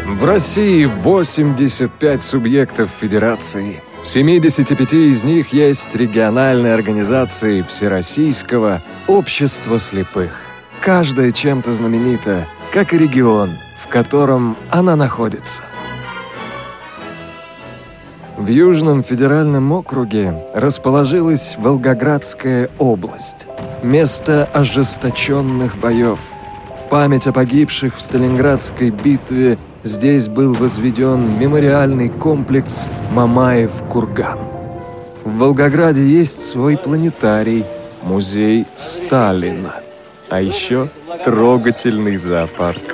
В России 85 субъектов федерации. В 75 из них есть региональные организации Всероссийского общества слепых. Каждая чем-то знаменита, как и регион, в котором она находится. В Южном федеральном округе расположилась Волгоградская область, место ожесточенных боев. В память о погибших в Сталинградской битве здесь был возведен мемориальный комплекс Мамаев курган. В Волгограде есть свой планетарий, музей Сталина, а еще трогательный зоопарк.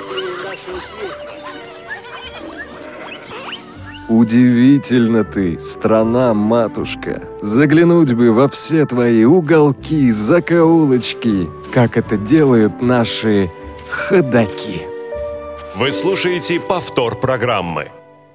Удивительно ты, страна-матушка. Заглянуть бы во все твои уголки, закоулочки, как это делают наши ходаки. Вы слушаете повтор программы.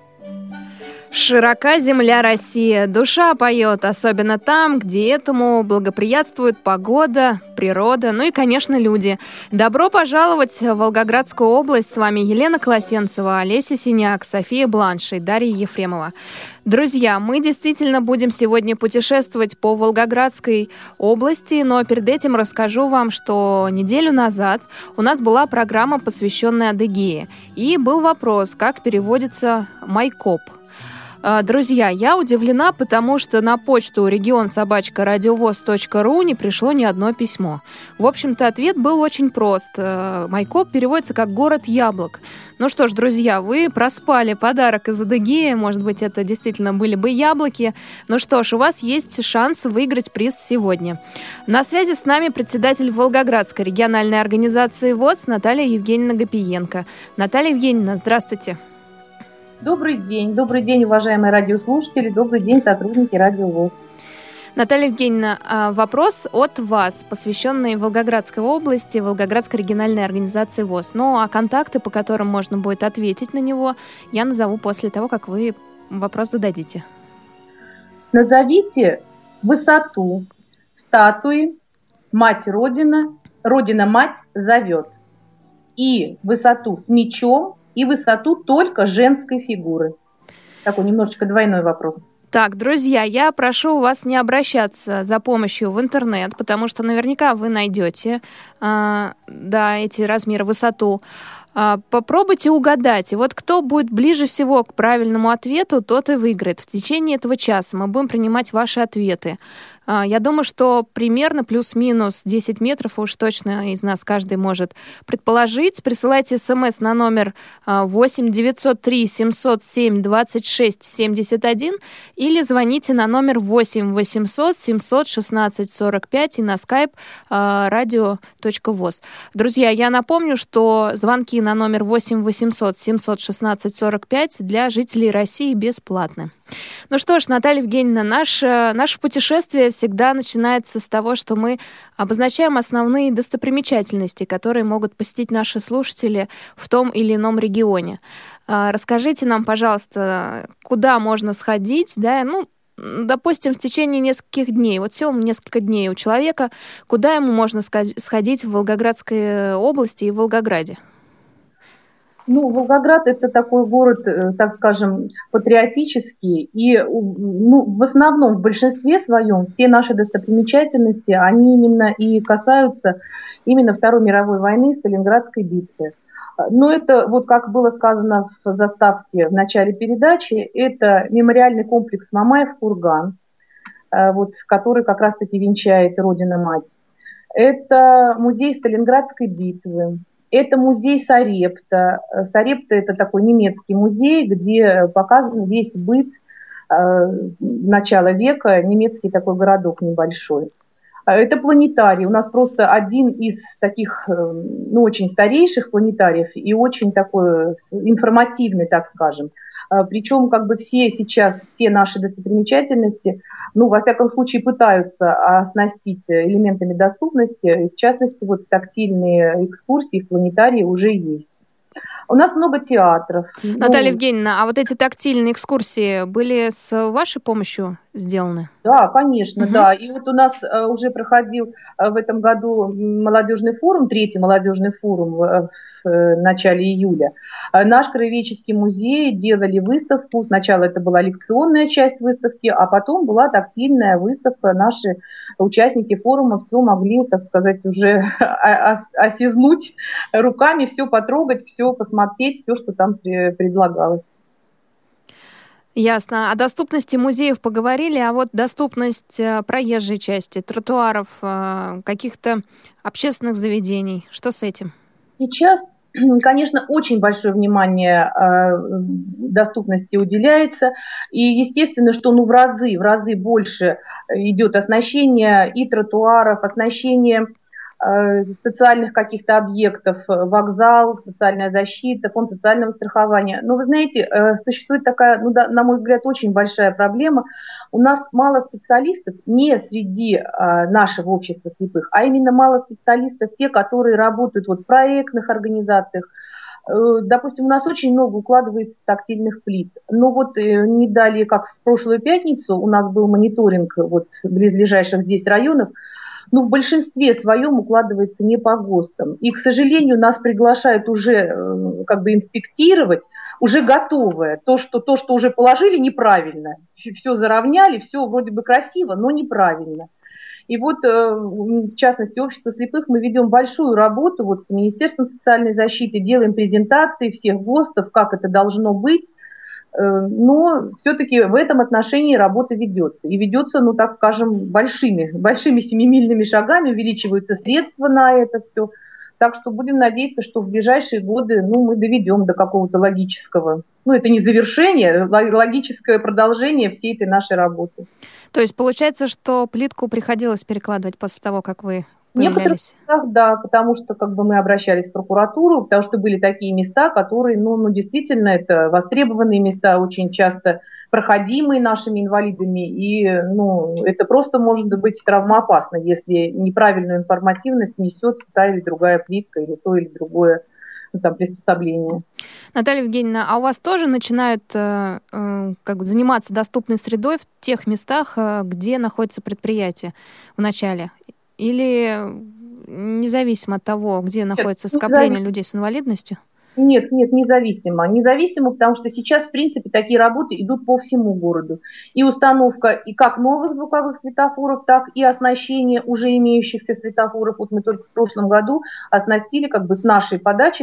Широка земля Россия, душа поет, особенно там, где этому благоприятствует погода, природа, ну и, конечно, люди. Добро пожаловать в Волгоградскую область. С вами Елена Колосенцева, Олеся Синяк, София Бланш и Дарья Ефремова. Друзья, мы действительно будем сегодня путешествовать по Волгоградской области, но перед этим расскажу вам, что неделю назад у нас была программа, посвященная Адыгее, и был вопрос, как переводится «майкоп». Друзья, я удивлена, потому что на почту region@радиовоз.ру не пришло ни одно письмо. В общем-то, ответ был очень прост. Майкоп переводится как «город яблок». Ну что ж, друзья, вы проспали подарок из Адыгеи. Может быть, это действительно были бы яблоки. Ну что ж, у вас есть шанс выиграть приз сегодня. На связи с нами председатель Волгоградской региональной организации ВОС Наталья Евгеньевна Гапиенко. Наталья Евгеньевна, здравствуйте. Добрый день, уважаемые радиослушатели, добрый день, сотрудники Радио ВОС. Наталья Евгеньевна, вопрос от вас, посвященный Волгоградской области, Волгоградской региональной организации ВОС. Ну, а контакты, по которым можно будет ответить на него, я назову после того, как вы вопрос зададите. Назовите высоту статуи «Мать Родина», «Родина-мать зовет», и высоту с мечом, и высоту только женской фигуры. Такой немножечко двойной вопрос. Так, друзья, я прошу вас не обращаться за помощью в интернет, потому что наверняка вы найдете эти размеры, высоту. Попробуйте угадать. И вот кто будет ближе всего к правильному ответу, тот и выиграет. В течение этого часа мы будем принимать ваши ответы. Я думаю, что примерно плюс-минус 10 метров уж точно из нас каждый может предположить. Присылайте смс на номер 8 903 707 26 71 или звоните на номер 8 800 716 45 и на skype radio.voz. Друзья, я напомню, что звонки на номер 8 800 716 45 для жителей России бесплатны. Ну что ж, Наталья Евгеньевна, наше путешествие всегда начинается с того, что мы обозначаем основные достопримечательности, которые могут посетить наши слушатели в том или ином регионе. Расскажите нам, пожалуйста, куда можно сходить, допустим, в течение нескольких дней. Вот всего несколько дней у человека. Куда ему можно сходить в Волгоградской области и в Волгограде? Волгоград – это такой город, так скажем, патриотический, и в основном, в большинстве своем, все наши достопримечательности, они именно и касаются именно Второй мировой войны, Сталинградской битвы. Но это, вот как было сказано в заставке в начале передачи, это мемориальный комплекс Мамаев курган, который как раз-таки венчает Родина-мать. Это музей Сталинградской битвы. Это музей Сарепта. Сарепта – это такой немецкий музей, где показан весь быт начала века, немецкий такой городок небольшой. Это планетарий. У нас просто один из таких, очень старейших планетариев и очень такой информативный, так скажем. Причем все наши достопримечательности, во всяком случае, пытаются оснастить элементами доступности. В частности, тактильные экскурсии в планетарии уже есть. У нас много театров. Наталья Евгеньевна, а вот эти тактильные экскурсии были с вашей помощью сделаны. Да, конечно, да. И вот у нас уже проходил в этом году молодежный форум, третий молодежный форум в начале июля. Наш краеведческий музей делали выставку. Сначала это была лекционная часть выставки, а потом была тактильная выставка. Наши участники форума все могли, так сказать, уже осизнуть руками, все потрогать, все посмотреть, все, что там предлагалось. Ясно. О доступности музеев поговорили, а вот доступность проезжей части, тротуаров, каких-то общественных заведений. Что с этим? Сейчас, конечно, очень большое внимание доступности уделяется. И естественно, что в разы больше идет оснащение и тротуаров, оснащение социальных каких-то объектов, вокзал, социальная защита, фонд социального страхования. Но вы знаете, существует такая, на мой взгляд, очень большая проблема. У нас мало специалистов не среди нашего общества слепых, а именно мало специалистов, те, которые работают в проектных организациях. Допустим, у нас очень много укладывается тактильных плит. Но не далее, как в прошлую пятницу, у нас был мониторинг близлежащих здесь районов, в большинстве своем укладывается не по ГОСТам. И, к сожалению, нас приглашают уже инспектировать уже готовое. То, что уже положили, неправильно. Все заровняли, все вроде бы красиво, но неправильно. И в частности, общество слепых, мы ведем большую работу с Министерством социальной защиты, делаем презентации всех ГОСТов, как это должно быть. Но все-таки в этом отношении работа ведется. И ведется, так скажем, большими семимильными шагами, увеличиваются средства на это все. Так что будем надеяться, что в ближайшие годы мы доведем до какого-то логического, это не завершение, логическое продолжение всей этой нашей работы. То есть получается, что плитку приходилось перекладывать после того, как вы появлялись? В некоторых местах, да, потому что мы обращались в прокуратуру, потому что были такие места, которые, действительно, это востребованные места, очень часто проходимые нашими инвалидами, и, это просто может быть травмоопасно, если неправильную информативность несет та или другая плитка, или то или другое приспособление. Наталья Евгеньевна, а у вас тоже начинают заниматься доступной средой в тех местах, где находится предприятие в начале? Или независимо от того, где находится скопление людей с инвалидностью? Нет, независимо. Независимо, потому что сейчас, в принципе, такие работы идут по всему городу. И установка и как новых звуковых светофоров, так и оснащение уже имеющихся светофоров. Мы только в прошлом году оснастили с нашей подачи,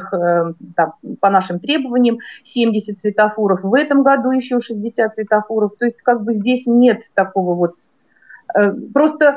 по нашим требованиям 70 светофоров. В этом году еще 60 светофоров. То есть здесь нет такого просто...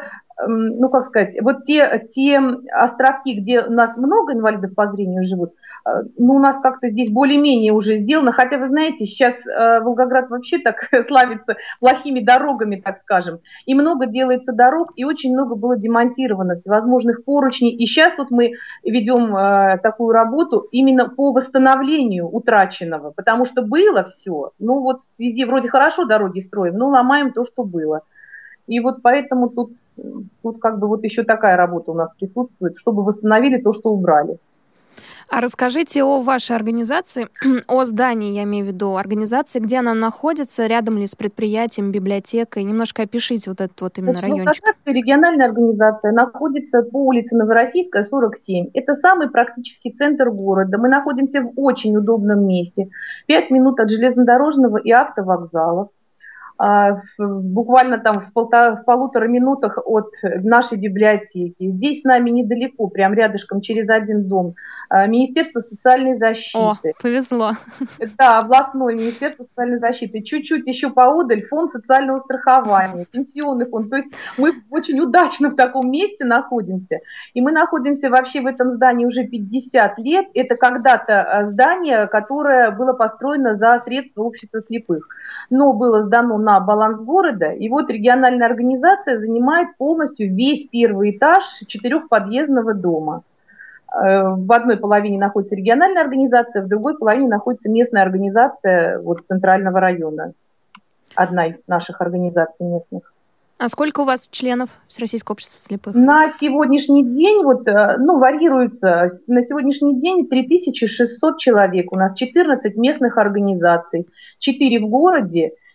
те островки, где у нас много инвалидов по зрению живут, у нас как-то здесь более-менее уже сделано. Хотя, вы знаете, сейчас Волгоград вообще так славится плохими дорогами, так скажем. И много делается дорог, и очень много было демонтировано всевозможных поручней. И сейчас мы ведем такую работу именно по восстановлению утраченного, потому что было все. В связи вроде хорошо дороги строим, но ломаем то, что было. И поэтому тут еще такая работа у нас присутствует, чтобы восстановили то, что убрали. А расскажите о вашей организации, о здании, я имею в виду, организации, где она находится, рядом ли с предприятием, библиотекой. Немножко опишите этот именно райончик. Волгоградская региональная организация находится по улице Новороссийская, 47. Это самый практический центр города. Мы находимся в очень удобном месте. 5 минут от железнодорожного и автовокзалов. Буквально в 1,5 минутах от нашей библиотеки. Здесь с нами недалеко, прям рядышком, через один дом, Министерство социальной защиты. О, повезло. Да, областное Министерство социальной защиты. Чуть-чуть еще поодаль фонд социального страхования, пенсионный фонд. То есть мы очень удачно в таком месте находимся. И мы находимся вообще в этом здании уже 50 лет. Это когда-то здание, которое было построено за средства общества слепых, но было сдано на баланс города, и региональная организация занимает полностью весь первый этаж 4-подъездного дома. В одной половине находится региональная организация, в другой половине находится местная организация центрального района. Одна из наших организаций местных. А сколько у вас членов Всероссийского общества слепых? На сегодняшний день, варьируется, на сегодняшний день 3600 человек. У нас 14 местных организаций, 4 в городе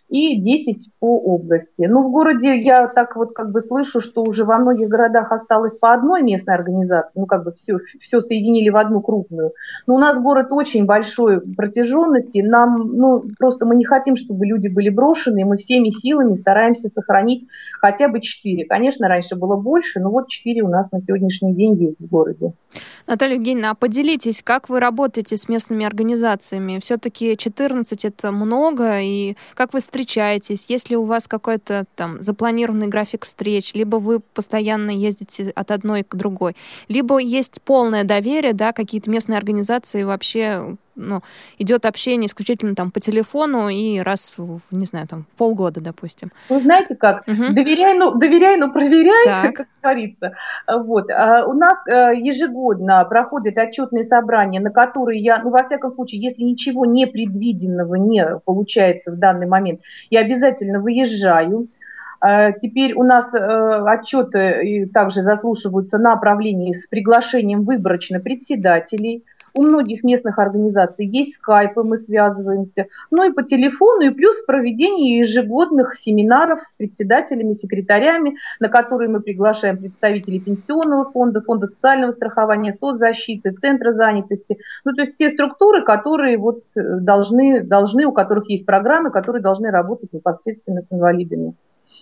и 10 по области. Ну, в городе я так вот как бы слышу, что уже во многих городах осталось по одной местной организации, ну, как бы все соединили в одну крупную. Но у нас город очень большой протяженности, нам, ну, просто мы не хотим, чтобы люди были брошены, и мы всеми силами стараемся сохранить хотя бы 4. Конечно, раньше было больше, но вот 4 у нас на сегодняшний день есть в городе. Наталья Евгеньевна, а поделитесь, как вы работаете с местными организациями? Все-таки 14 это много, и как вы встречаетесь? Есть ли у вас какой-то там запланированный график встреч, либо вы постоянно ездите от одной к другой, либо есть полное доверие, да, какие-то местные организации вообще, ну, идет общение исключительно там по телефону и раз, не знаю, там полгода, допустим. Вы знаете как? Угу. Доверяй, но проверяй, Так. как говорится. Вот. У нас ежегодно проходят отчетные собрания, на которые я, ну, во всяком случае, если ничего непредвиденного не получается в данный момент, я обязательно выезжаю. Теперь у нас отчеты также заслушиваются на правлении с приглашением выборочно председателей. У многих местных организаций есть скайпы, мы связываемся. Ну и по телефону, и плюс проведение ежегодных семинаров с председателями, секретарями, на которые мы приглашаем представителей пенсионного фонда, фонда социального страхования, соцзащиты, центра занятости. Ну то есть все структуры, которые вот должны, у которых есть программы, которые должны работать непосредственно с инвалидами.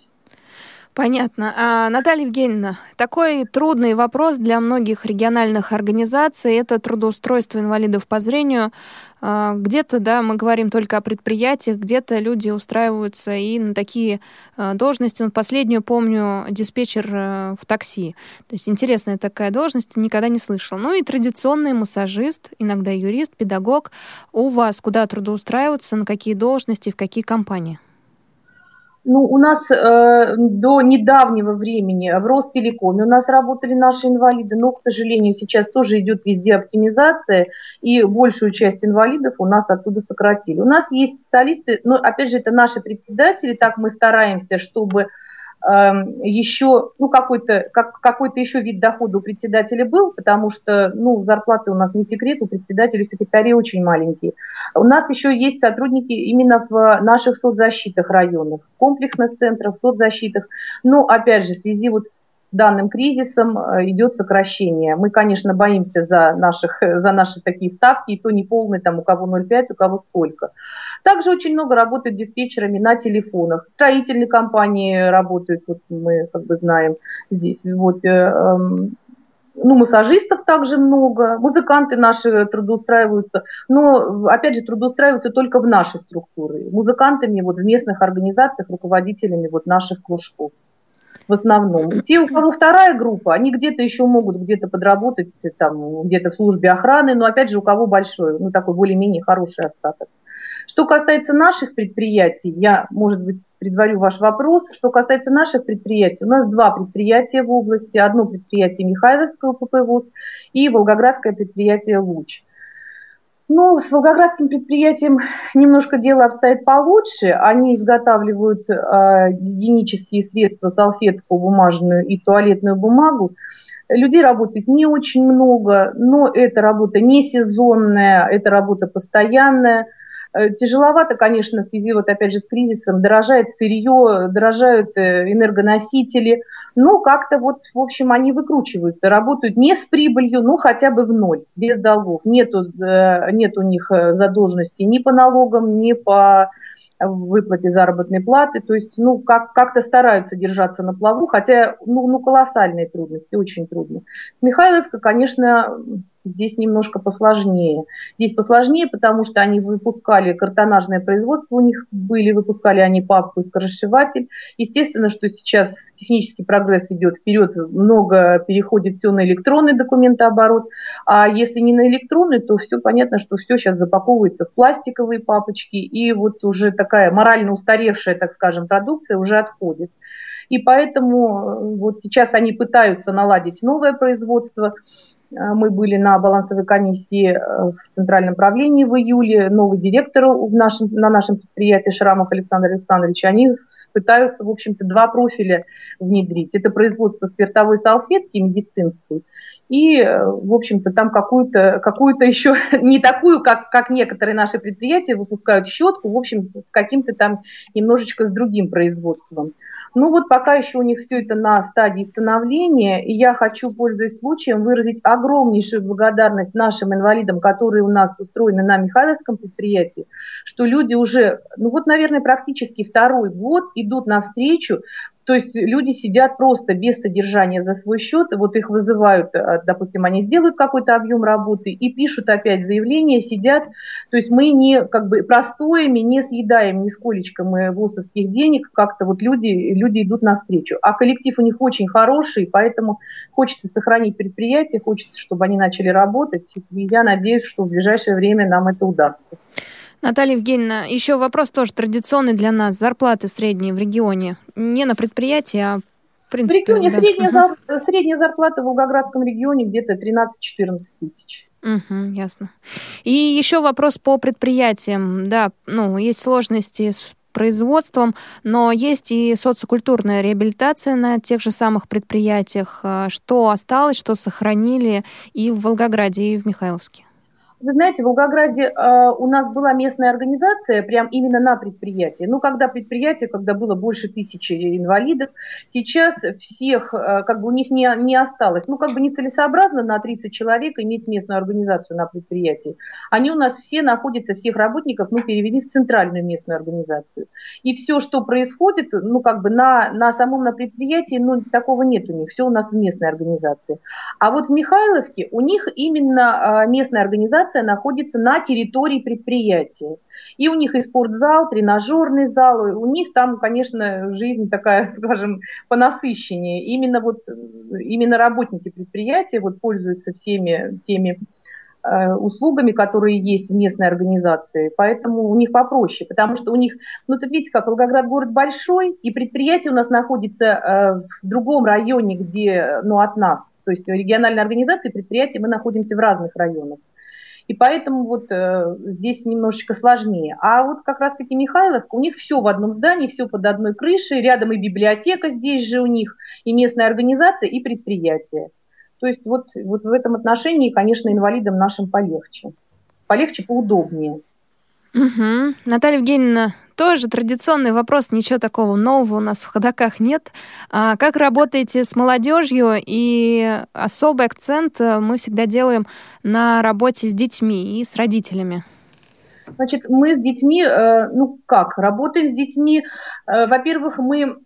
Понятно. Наталья Евгеньевна, такой трудный вопрос для многих региональных организаций – это трудоустройство инвалидов по зрению. Где-то, да, мы говорим только о предприятиях, где-то люди устраиваются и на такие должности. Вот последнюю помню, диспетчер в такси. То есть интересная такая должность, никогда не слышала. Ну и традиционный массажист, иногда юрист, педагог. У вас куда трудоустраиваться, на какие должности, в какие компании? Ну, у нас до недавнего времени в Ростелекоме у нас работали наши инвалиды, но, к сожалению, сейчас тоже идет везде оптимизация, и большую часть инвалидов у нас оттуда сократили. У нас есть специалисты, но, опять же, это наши председатели, так мы стараемся, чтобы еще, ну, какой-то еще вид дохода у председателя был, потому что, ну, зарплаты у нас не секрет, у председателей, у секретарей очень маленькие. У нас еще есть сотрудники именно в наших соцзащитах районах, комплексных центрах, соцзащитах. Но, опять же, в связи вот с данным кризисом идет сокращение. Мы, конечно, боимся за наши такие ставки, и то не полный, там у кого 0,5, у кого сколько. Также очень много работают диспетчерами на телефонах. Строительные компании работают, вот мы как бы знаем здесь. Вот, ну, массажистов также много, музыканты наши трудоустраиваются, но, опять же, трудоустраиваются только в нашей структуре. Музыкантами вот в местных организациях, руководителями вот наших кружков. В основном. Те, у кого вторая группа, они где-то еще могут где-то подработать, там, где-то в службе охраны, но опять же у кого большой, ну такой более-менее хороший остаток. Что касается наших предприятий, я, может быть, предварю ваш вопрос, что касается наших предприятий, у нас 2 предприятия в области, одно предприятие Михайловского ПП ВОЗ и волгоградское предприятие «Луч». Ну, с волгоградским предприятием немножко дело обстоит получше. Они изготавливают гигиенические средства, салфетку бумажную и туалетную бумагу. Людей работает не очень много, но эта работа не сезонная, это работа постоянная. Тяжеловато, конечно, в связи вот опять же с кризисом, дорожает сырье, дорожают энергоносители, но как-то вот, в общем, они выкручиваются, работают не с прибылью, но хотя бы в ноль, без долгов. Нет у них задолженности ни по налогам, ни по выплате заработной платы, то есть, ну, как-то стараются держаться на плаву, хотя, ну, колоссальные трудности, очень трудно. С Михайловкой, конечно, здесь немножко посложнее. Здесь посложнее, потому что они выпускали картонажное производство, у них выпускали они папку и скоросшиватель. Естественно, что сейчас технический прогресс идет вперед, много переходит все на электронный документооборот, а если не на электронный, то все понятно, что все сейчас запаковывается в пластиковые папочки, и вот уже такая морально устаревшая, так скажем, продукция уже отходит. И поэтому вот сейчас они пытаются наладить новое производство. Мы были на балансовой комиссии в Центральном правлении в июле. Новый директор на нашем предприятии Шрамов Александр Александрович, они пытаются, в общем-то, два профиля внедрить. Это производство спиртовой салфетки медицинской и, в общем-то, там какую-то еще, не такую, как некоторые наши предприятия выпускают щетку, в общем, с каким-то там немножечко с другим производством. Ну вот пока еще у них все это на стадии становления, и я хочу, пользуясь случаем, выразить огромнейшую благодарность нашим инвалидам, которые у нас устроены на Михайловском предприятии, что люди уже, ну вот, наверное, практически второй год идут навстречу. То есть люди сидят просто без содержания за свой счет, вот их вызывают, допустим, они сделают какой-то объем работы и пишут опять заявление, сидят. То есть мы не как бы простоями не съедаем нисколечко мы ВОСовских денег, как-то вот люди идут навстречу. А коллектив у них очень хороший, поэтому хочется сохранить предприятие, хочется, чтобы они начали работать. И я надеюсь, что в ближайшее время нам это удастся. Наталья Евгеньевна, еще вопрос тоже традиционный для нас. Зарплаты средние в регионе. Не на предприятии, а в принципе... В регионе да. Средняя зарплата в Волгоградском регионе где-то 13-14 тысяч. Ясно. И еще вопрос по предприятиям. Да, есть сложности с производством, но есть и социокультурная реабилитация на тех же самых предприятиях. Что осталось, что сохранили и в Волгограде, и в Михайловске? Вы знаете, в Волгограде у нас была местная организация, прям именно на предприятии. Когда было больше 1000 инвалидов, сейчас всех, у них не осталось. Нецелесообразно на 30 человек иметь местную организацию на предприятии. Они у нас все находятся, всех работников мы перевели в центральную местную организацию. И все, что происходит, на самом предприятии, такого нет у них. Все у нас в местной организации. А вот в Михайловке у них именно местная организация находится на территории предприятия. И у них и спортзал, тренажерный зал, у них там, конечно, жизнь такая, скажем, понасыщеннее. Именно работники предприятия пользуются всеми теми услугами, которые есть в местной организации, поэтому у них попроще, потому что у них, тут видите, как Волгоград город большой, и предприятие у нас находится в другом районе, где, от нас, то есть региональной организации предприятия мы находимся в разных районах. И поэтому здесь немножечко сложнее. А вот как раз-таки Михайловка, у них все в одном здании, все под одной крышей, рядом и библиотека здесь же у них, и местная организация, и предприятие. То есть вот в этом отношении, конечно, инвалидам нашим полегче. Полегче, поудобнее. Наталья Евгеньевна, тоже традиционный вопрос, ничего такого нового у нас в ходоках нет. Как работаете с молодежью? И особый акцент мы всегда делаем на работе с детьми и с родителями. Значит, мы с детьми, работаем с детьми. Во-первых, мы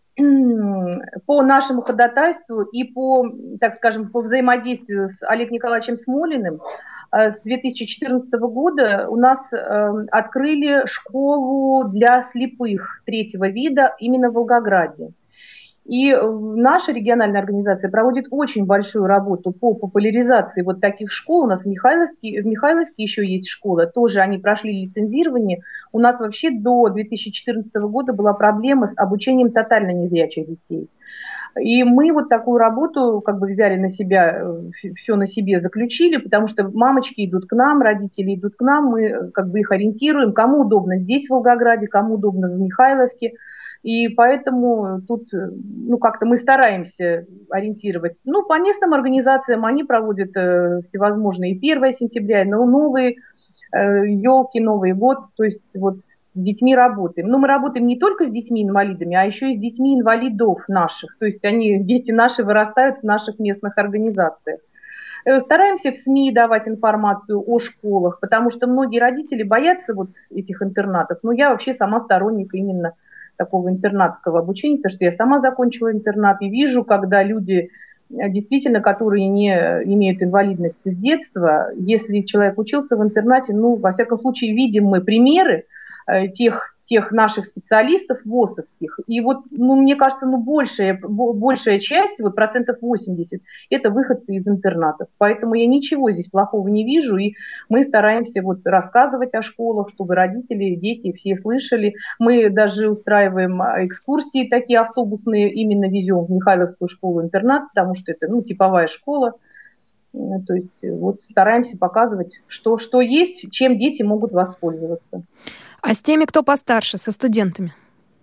по нашему ходатайству и по взаимодействию с Олегом Николаевичем Смолиным с 2014 года у нас открыли школу для слепых третьего вида именно в Волгограде. И наша региональная организация проводит очень большую работу по популяризации таких школ. У нас в Михайловске еще есть школа, тоже они прошли лицензирование. У нас вообще до 2014 года была проблема с обучением тотально незрячих детей. И мы такую работу взяли на себя, все на себе заключили, потому что мамочки идут к нам, родители идут к нам, мы их ориентируем, кому удобно здесь, в Волгограде, кому удобно в Михайловке. И поэтому тут мы стараемся ориентировать. По местным организациям они проводят всевозможные 1 сентября, новые елки, Новый год, то есть с детьми работаем. Но мы работаем не только с детьми-инвалидами, а еще и с детьми инвалидов наших. То есть дети наши вырастают в наших местных организациях. Стараемся в СМИ давать информацию о школах, потому что многие родители боятся этих интернатов. Но я вообще сама сторонник именно такого интернатского обучения, потому что я сама закончила интернат и вижу, когда люди, действительно, которые не имеют инвалидности с детства, если человек учился в интернате, во всяком случае, видим мы примеры тех наших специалистов ВОСовских. И мне кажется, большая часть, 80%, это выходцы из интернатов. Поэтому я ничего здесь плохого не вижу, и мы стараемся рассказывать о школах, чтобы родители, дети все слышали. Мы даже устраиваем экскурсии такие автобусные, именно везем в Михайловскую школу-интернат, потому что это типовая школа. То есть вот стараемся показывать, что есть, чем дети могут воспользоваться. А с теми, кто постарше, со студентами?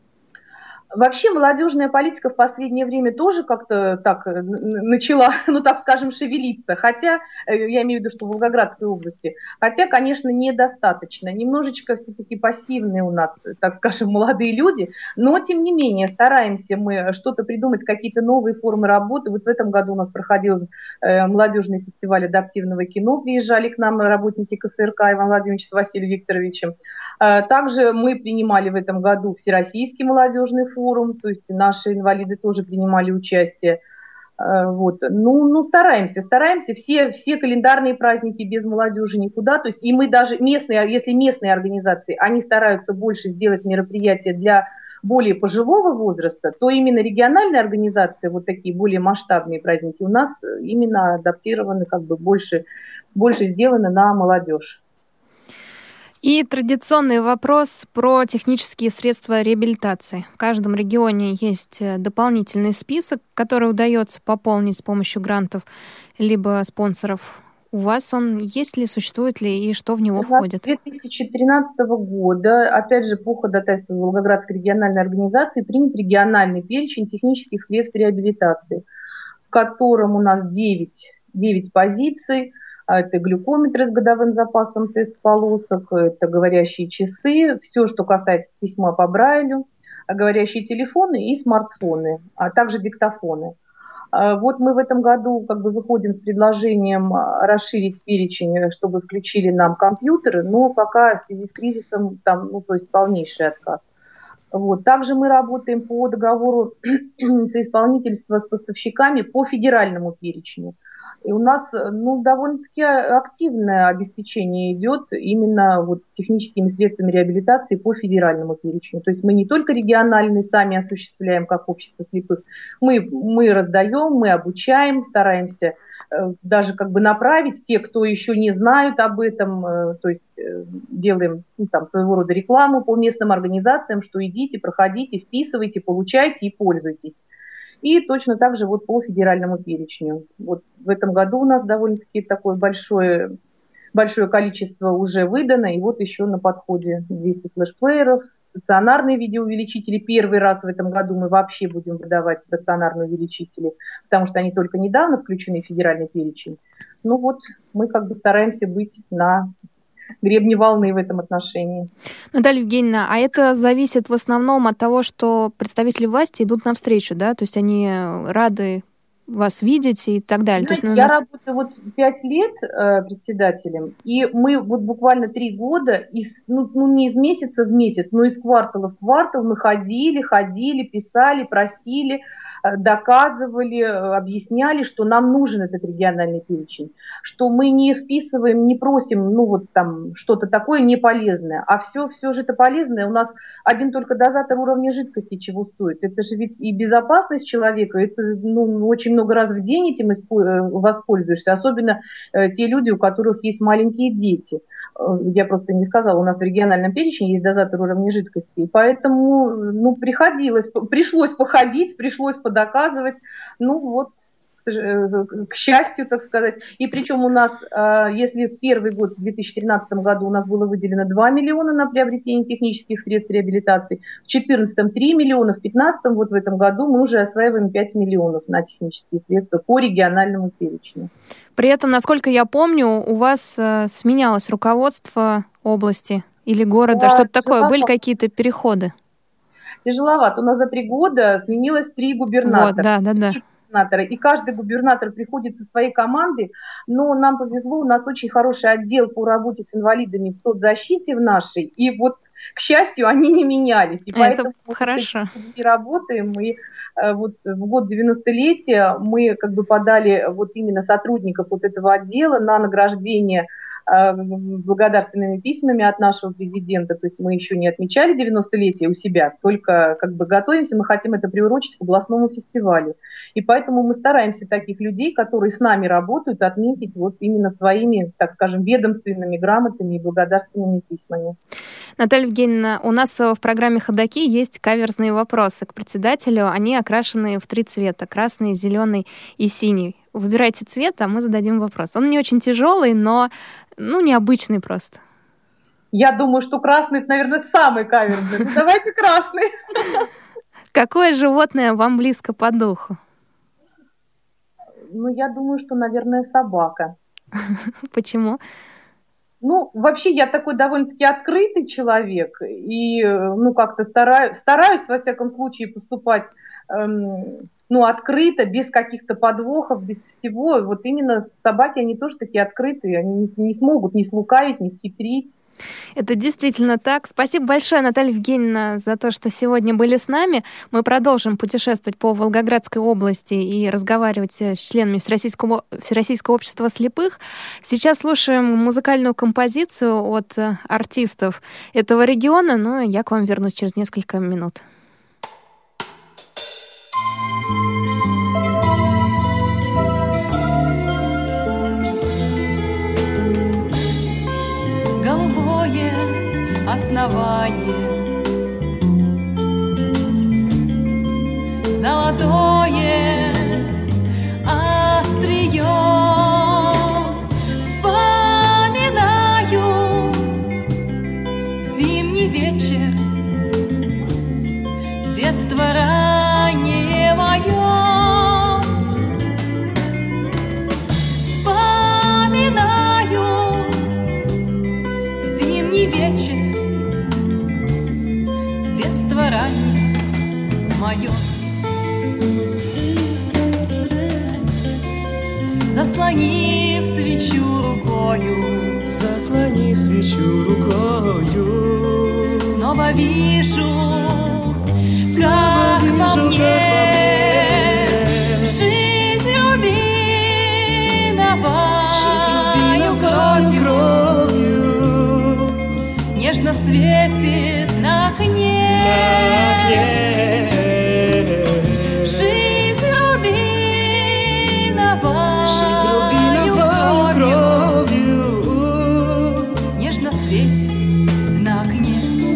Вообще молодежная политика в последнее время тоже как-то так начала, ну так скажем, шевелиться. Хотя, я имею в виду, что в Волгоградской области. Хотя, конечно, недостаточно. Немножечко все-таки пассивные у нас, так скажем, молодые люди. Но, тем не менее, стараемся мы что-то придумать, какие-то новые формы работы. Вот в этом году у нас проходил молодежный фестиваль адаптивного кино. Приезжали к нам работники КСРК Иван Владимирович с Василием Викторовичем. Также мы принимали в этом году Всероссийский молодежный форум, то есть наши инвалиды тоже принимали участие. Вот. Ну, стараемся. Все календарные праздники без молодежи никуда. То есть и мы даже местные, если местные организации, они стараются больше сделать мероприятия для более пожилого возраста, то именно региональные организации, вот такие более масштабные праздники, у нас именно адаптированы, как бы больше сделаны на молодежь. И традиционный вопрос про технические средства реабилитации. В каждом регионе есть дополнительный список, который удается пополнить с помощью грантов либо спонсоров. У вас он есть ли, существует ли и что в него входит? С 2013 года, опять же, по ходатайству Волгоградской региональной организации принят региональный перечень технических средств реабилитации, в котором у нас 9 позиций. Это глюкометры с годовым запасом тест-полосок, это говорящие часы, все, что касается письма по Брайлю, говорящие телефоны и смартфоны, а также диктофоны. Вот мы в этом году как бы выходим с предложением расширить перечень, чтобы включили нам компьютеры, но пока в связи с кризисом там, то есть полнейший отказ. Вот. Также мы работаем по договору соисполнительства с поставщиками по федеральному перечню. И у нас довольно-таки активное обеспечение идет именно вот техническими средствами реабилитации по федеральному перечню. То есть мы не только региональные сами осуществляем, как общество слепых, мы раздаем, мы обучаем, стараемся даже как бы направить те, кто еще не знают об этом, то есть делаем своего рода рекламу по местным организациям, что идите, проходите, вписывайте, получайте и пользуйтесь. И точно так же вот по федеральному перечню. Вот в этом году у нас довольно-таки такое большое количество уже выдано, и вот еще на подходе 200 флешплееров, стационарные видеоувеличители. Первый раз в этом году мы вообще будем выдавать стационарные увеличители, потому что они только недавно включены в федеральный перечень. Ну вот мы как бы стараемся быть на гребне волны в этом отношении. Наталья Евгеньевна, а это зависит в основном от того, что представители власти идут навстречу, да? То есть они рады вас видеть и так далее. Знаете, то есть, я работаю вот 5 лет председателем, и мы вот буквально 3 года, не из месяца в месяц, но из квартала в квартал мы ходили, писали, просили, доказывали, объясняли, что нам нужен этот региональный перечень, что мы не вписываем, не просим, что-то такое неполезное, а все же это полезное. У нас один только дозатор уровня жидкости чего стоит. Это же ведь и безопасность человека, это очень много раз в день этим воспользуешься, особенно те люди, у которых есть маленькие дети. Я просто не сказала, у нас в региональном перечне есть дозатор уровня жидкости, и поэтому пришлось походить, пришлось подоказывать, к счастью, так сказать. И причем у нас, если в первый год, в 2013 году у нас было выделено 2 миллиона на приобретение технических средств реабилитации, в 2014 3 миллиона, в 2015 вот в этом году мы уже осваиваем 5 миллионов на технические средства по региональному перечню. При этом, насколько я помню, у вас сменялось руководство области или города, что-то такое, были какие-то переходы? Тяжеловато. У нас за 3 года сменилось 3 губернатора. Вот, да. И каждый губернатор приходит со своей командой, но нам повезло, у нас очень хороший отдел по работе с инвалидами в соцзащите в нашей, и вот, к счастью, они не менялись. И поэтому мы хорошо. Работаем, и вот в год 90-летия мы как бы подали вот именно сотрудников вот этого отдела на награждение благодарственными письмами от нашего президента. То есть мы еще не отмечали 90-летие у себя, только как бы готовимся, мы хотим это приурочить к областному фестивалю. И поэтому мы стараемся таких людей, которые с нами работают, отметить вот именно своими, так скажем, ведомственными грамотами и благодарственными письмами. Наталья Евгеньевна, у нас в программе «Ходоки» есть каверзные вопросы к председателю. Они окрашены в 3 цвета: красный, зеленый и синий. выбирайте цвет, а мы зададим вопрос. Он не очень тяжелый, но необычный просто. Я думаю, что красный, наверное, самый каверзный. Ну, давайте красный. Какое животное вам близко по духу? Ну, я думаю, что, наверное, собака. Почему? Ну, вообще, я такой довольно-таки открытый человек, и, как-то стараюсь, во всяком случае, поступать, открыто, без каких-то подвохов, без всего. Вот именно собаки, они тоже такие открытые, они не смогут ни слукавить, ни схитрить. Это действительно так. Спасибо большое, Наталья Евгеньевна, за то, что сегодня были с нами. Мы продолжим путешествовать по Волгоградской области и разговаривать с членами Всероссийского общества слепых. Сейчас слушаем музыкальную композицию от артистов этого региона, но я к вам вернусь через несколько минут. Голубое основание, золотое острие. Вспоминаю зимний вечер, детство раннее мое. Вечер, детство раннее мое. Заслонив свечу рукою, снова вижу, как во мне жизнь рубиновою кровью нежно светит на окне. Жизнь рубиновою кровью нежно светит на окне.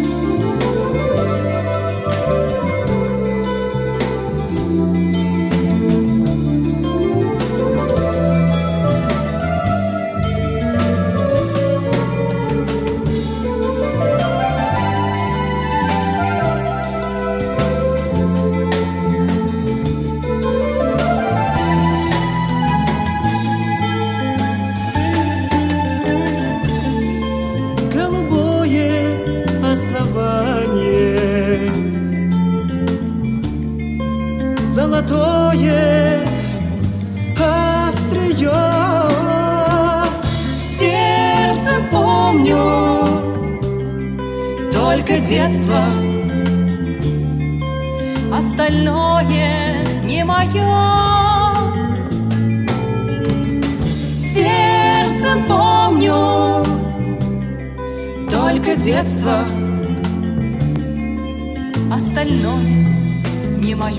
Золотое острие, Сердце помню только детство, остальное не мое. Сердцем помню только детство, остальное не мое.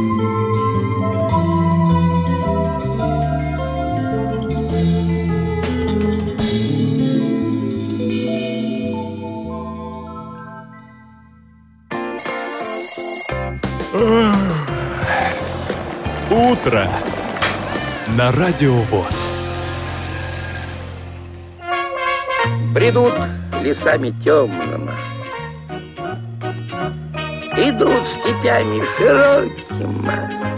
Утро на Радио ВОС. Бредут лесами темными, идут степями широкими,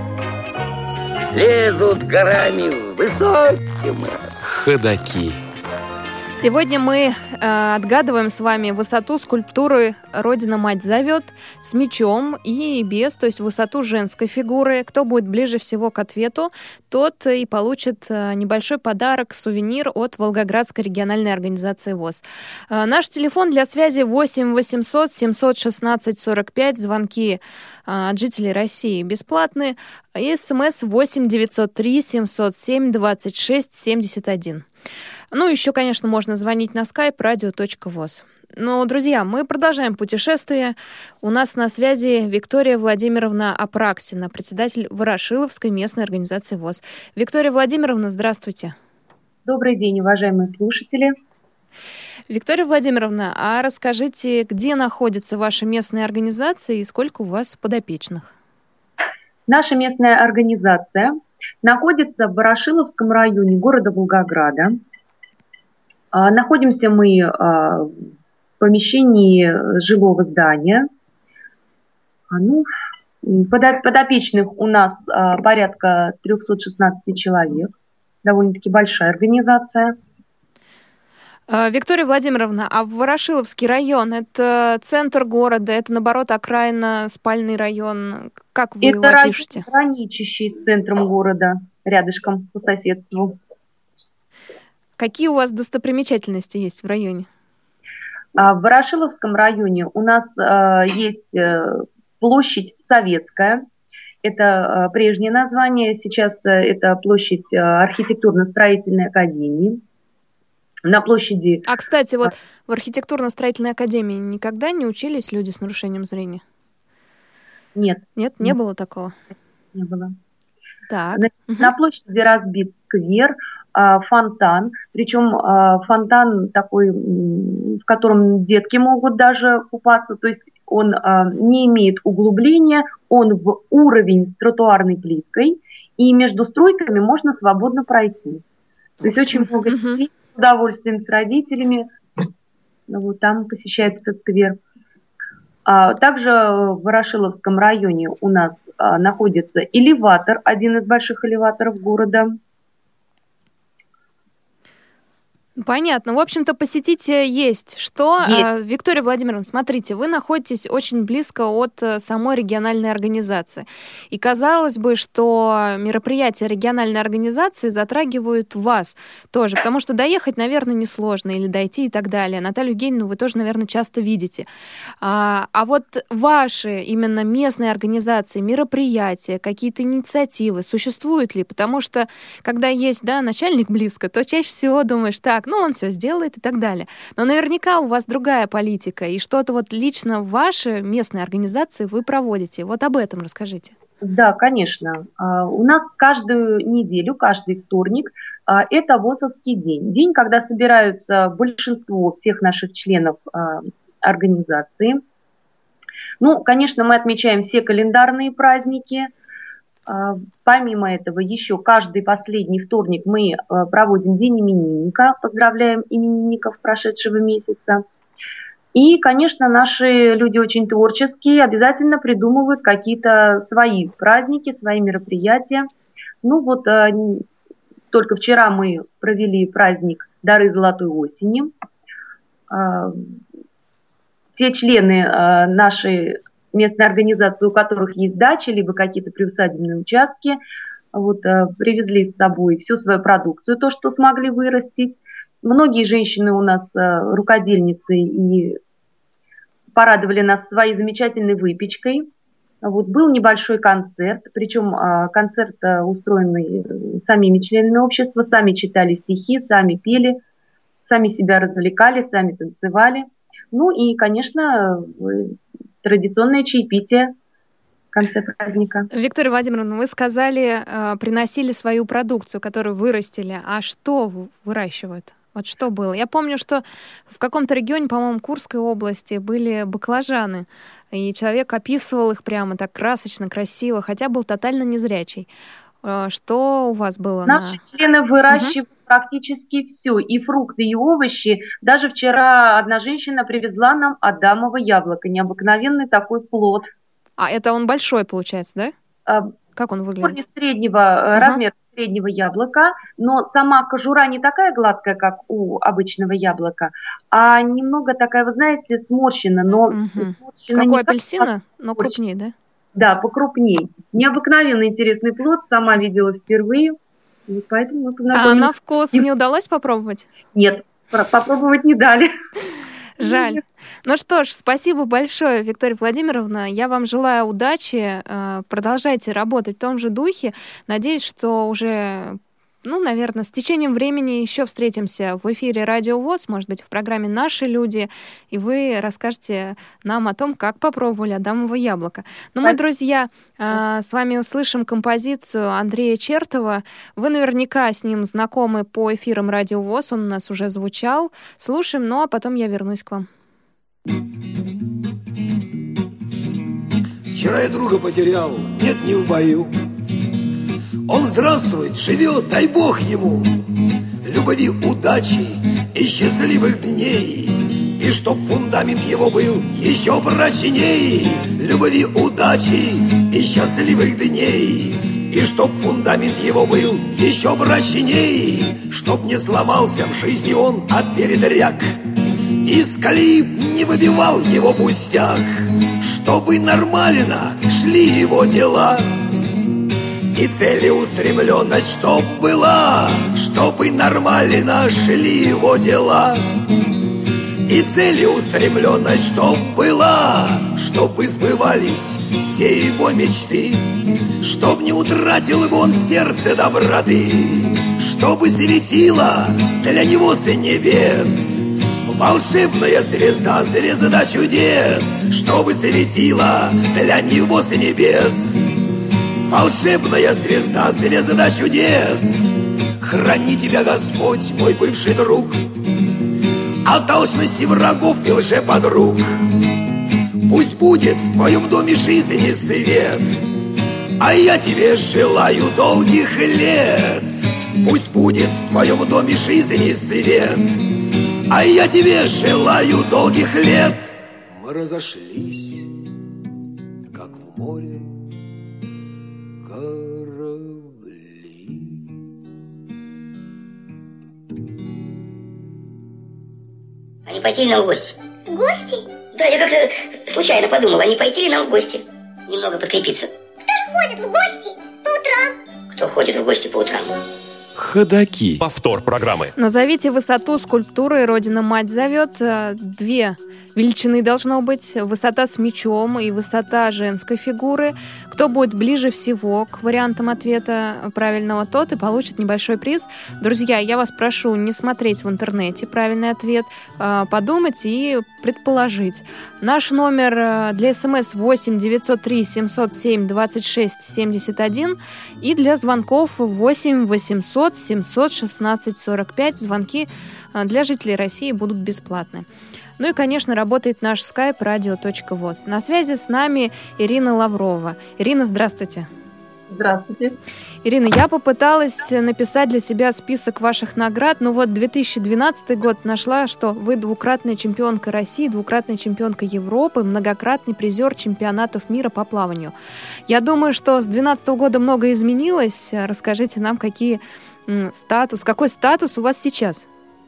лезут горами высокими. Ходаки. Сегодня мы отгадываем с вами высоту скульптуры «Родина-мать зовет» с мечом и без, то есть высоту женской фигуры. Кто будет ближе всего к ответу, тот и получит небольшой подарок, сувенир от Волгоградской региональной организации ВОС. Наш телефон для связи 8 800 716 45, звонки от жителей России бесплатные, и СМС 8 903 707 26 71. Ну, еще, конечно, можно звонить на skype radio.voz. Но, друзья, мы продолжаем путешествие. У нас на связи Виктория Владимировна Апраксина, председатель Ворошиловской местной организации ВОС. Виктория Владимировна, здравствуйте. Добрый день, уважаемые слушатели. Виктория Владимировна, а расскажите, где находится ваша местная организация и сколько у вас подопечных? Наша местная организация находится в Ворошиловском районе города Волгограда. Находимся мы в помещении жилого здания. Подопечных у нас порядка 316 человек. Довольно-таки большая организация. Виктория Владимировна, а Ворошиловский район – это центр города, это, наоборот, окраина, спальный район? Как вы его опишете? Это район, граничащий с центром города, рядышком по соседству. Какие у вас достопримечательности есть в районе? В Ворошиловском районе у нас есть площадь Советская. Это прежнее название. Сейчас это площадь архитектурно-строительной академии. На площади... А, кстати, вот в архитектурно-строительной академии никогда не учились люди с нарушением зрения? Нет. Нет, не было такого? Не было. Так. На площади разбит сквер, фонтан. Причем фонтан такой, в котором детки могут даже купаться. То есть он не имеет углубления, он в уровень с тротуарной плиткой. И между стройками можно свободно пройти. То есть очень много детей с удовольствием, с родителями. Вот там посещает этот сквер. Также в Ворошиловском районе у нас находится элеватор, один из больших элеваторов города. Понятно. В общем-то, посетить есть что. Есть. Виктория Владимировна, смотрите, вы находитесь очень близко от самой региональной организации. И казалось бы, что мероприятия региональной организации затрагивают вас тоже, потому что доехать, наверное, несложно, или дойти и так далее. Наталью Евгеньевну вы тоже, наверное, часто видите. А вот ваши именно местные организации, мероприятия, какие-то инициативы существуют ли? Потому что, когда есть, начальник близко, то чаще всего думаешь, так, он все сделает и так далее. Но наверняка у вас другая политика, и что-то вот лично в вашей местной организации вы проводите. Вот об этом расскажите. Да, конечно. У нас каждую неделю, каждый вторник это ВОСовский день. День, когда собираются большинство всех наших членов организации. Конечно, мы отмечаем все календарные праздники. Помимо этого, еще каждый последний вторник мы проводим День именинника, поздравляем именинников прошедшего месяца. И, конечно, наши люди очень творческие, обязательно придумывают какие-то свои праздники, свои мероприятия. Только вчера мы провели праздник «Дары золотой осени». Все члены нашей местные организации, у которых есть дачи, либо какие-то приусадебные участки, привезли с собой всю свою продукцию, то, что смогли вырастить. Многие женщины у нас рукодельницы и порадовали нас своей замечательной выпечкой. Был небольшой концерт, причем концерт, устроенный самими членами общества, сами читали стихи, сами пели, сами себя развлекали, сами танцевали. И, конечно, традиционное чаепитие в конце праздника. Виктория Владимировна, вы сказали, приносили свою продукцию, которую вырастили. А что выращивают? Вот что было? Я помню, что в каком-то регионе, по-моему, Курской области, были баклажаны. И человек описывал их прямо так красочно, красиво, хотя был тотально незрячий. Что у вас было? Наши члены выращивают практически все, и фрукты, и овощи. Даже вчера одна женщина привезла нам адамово яблоко, необыкновенный такой плод. А это он большой, получается, да? Как он выглядит? Среднего размера, среднего яблока, но сама кожура не такая гладкая, как у обычного яблока, а немного такая, вы знаете, сморщена, но сморщена как у апельсина, но крупнее, да? Да, покрупнее. Необыкновенно интересный плод, сама видела впервые. И поэтому мы познакомились. А на вкус не удалось попробовать? Нет, попробовать не дали. Жаль. Ну что ж, спасибо большое, Виктория Владимировна. Я вам желаю удачи. Продолжайте работать в том же духе. Надеюсь, что уже, наверное, с течением времени еще встретимся в эфире Радио ВОС, может быть, в программе «Наши люди», и вы расскажете нам о том, как попробовали адамово яблоко. Мы, друзья, с вами услышим композицию Андрея Чертова. Вы наверняка с ним знакомы по эфирам Радио ВОС, он у нас уже звучал. Слушаем, а потом я вернусь к вам. Вчера я друга потерял, нет, не в бою. Он здравствует, живет, дай Бог ему любви, удачи и счастливых дней. И чтоб фундамент его был еще прочней, любви, удачи и счастливых дней. И чтоб фундамент его был еще прочней, чтоб не сломался в жизни он от передряг, из колеи не выбивал его пустяк, чтобы нормально шли его дела. И целеустремленность чтоб была, чтобы нормально шли его дела. И целеустремленность чтоб была, чтобы сбывались все его мечты, чтоб не утратил бы он сердце доброты, чтобы светила для него с небес волшебная звезда, звезда чудес, чтобы светила для него с небес волшебная звезда, звезда чудес. Храни тебя Господь, мой бывший друг, от алчности врагов и лжеподруг. Пусть будет в твоем доме жизни свет, а я тебе желаю долгих лет. Пусть будет в твоем доме жизни свет, а я тебе желаю долгих лет. Мы разошлись, как в море корабли. А не пойти ли нам в гости? В гости? Да, я как-то случайно подумал, а не пойти ли нам в гости? Немного подкрепиться. Кто ж ходит в гости по утрам? Кто ходит в гости по утрам? Ходаки. Повтор программы. Назовите высоту скульптуры «Родина-мать зовет». Две величины должно быть. Высота с мечом и высота женской фигуры. Кто будет ближе всего к вариантам ответа правильного, тот и получит небольшой приз. Друзья, я вас прошу не смотреть в интернете правильный ответ, подумать и предположить. Наш номер для СМС 8 903 707 26 71 и для звонков 8 800 716 45. Звонки для жителей России будут бесплатны. Ну и, конечно, работает наш skype radio.voz. На связи с нами Ирина Лаврова. Ирина, здравствуйте. Здравствуйте. Ирина, я попыталась написать для себя список ваших наград, но вот 2012 год нашла, что вы двукратная чемпионка России, двукратная чемпионка Европы, многократный призер чемпионатов мира по плаванию. Я думаю, что с 2012 года многое изменилось. Расскажите нам, какой статус у вас сейчас?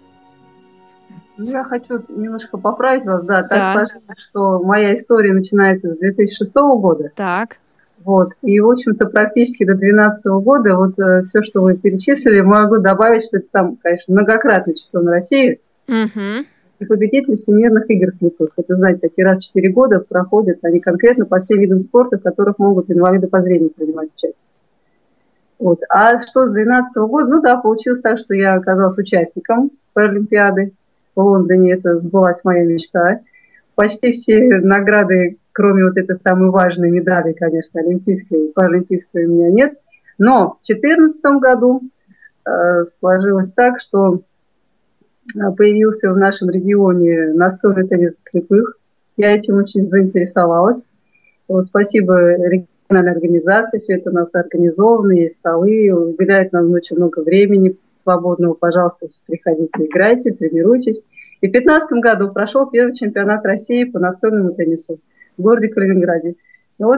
Я хочу немножко поправить вас, да, так сложилось, что моя история начинается с 2006 года. Так. Вот, и, в общем-то, практически до 2012 года вот все, что вы перечислили, могу добавить, что это там, конечно, многократный чемпион России и победитель всемирных игр слепых. Это, знаете, такие раз в 4 года проходят, они конкретно по всем видам спорта, в которых могут инвалиды по зрению принимать участие. Вот. А что с 2012 года? Ну да, получилось так, что я оказалась участником Паралимпиады. В Лондоне это сбылась моя мечта. Почти все награды, кроме вот этой самой важной медали, конечно, олимпийской и паралимпийской у меня нет. Но в 2014 году сложилось так, что появился в нашем регионе настольный теннис слепых. Я этим очень заинтересовалась. Вот, спасибо региональной организации, все это у нас организовано, есть столы, уделяет нам очень много времени свободного. Пожалуйста, приходите, играйте, тренируйтесь. И в 2015 году прошел первый чемпионат России по настольному теннису в городе Калининграде. И вот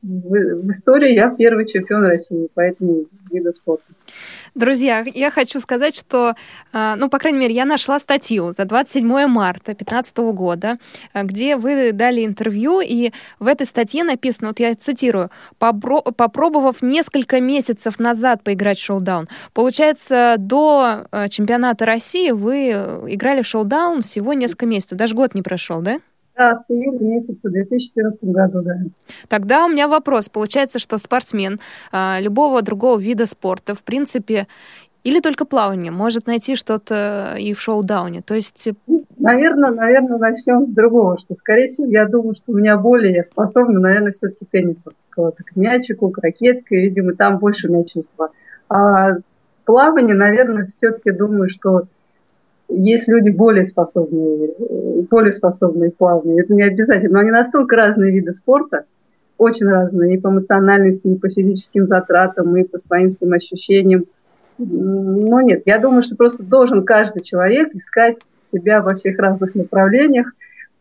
в истории я первый чемпион России по этому виду спорта. Друзья, я хочу сказать, что, по крайней мере, я нашла статью за 27 марта 2015 года, где вы дали интервью, и в этой статье написано, вот я цитирую, «Попробовав несколько месяцев назад поиграть в шоу-даун». Получается, до чемпионата России вы играли в шоу-даун всего несколько месяцев, даже год не прошел, да? Да, с июля месяца 2014 году, да. Тогда у меня вопрос. Получается, что спортсмен любого другого вида спорта, в принципе, или только плавание, может найти что-то и в шоу-дауне? То есть... Наверное, начнем с другого, что, скорее всего, я думаю, что у меня более способна, наверное, все-таки к теннису, к мячику, к ракетке, видимо, там больше у меня чувства. А плавание, наверное, все-таки думаю, что есть люди более способные плавные. Это не обязательно, но они настолько разные виды спорта, очень разные и по эмоциональности, и по физическим затратам, и по своим всем ощущениям. Но нет, я думаю, что просто должен каждый человек искать себя во всех разных направлениях,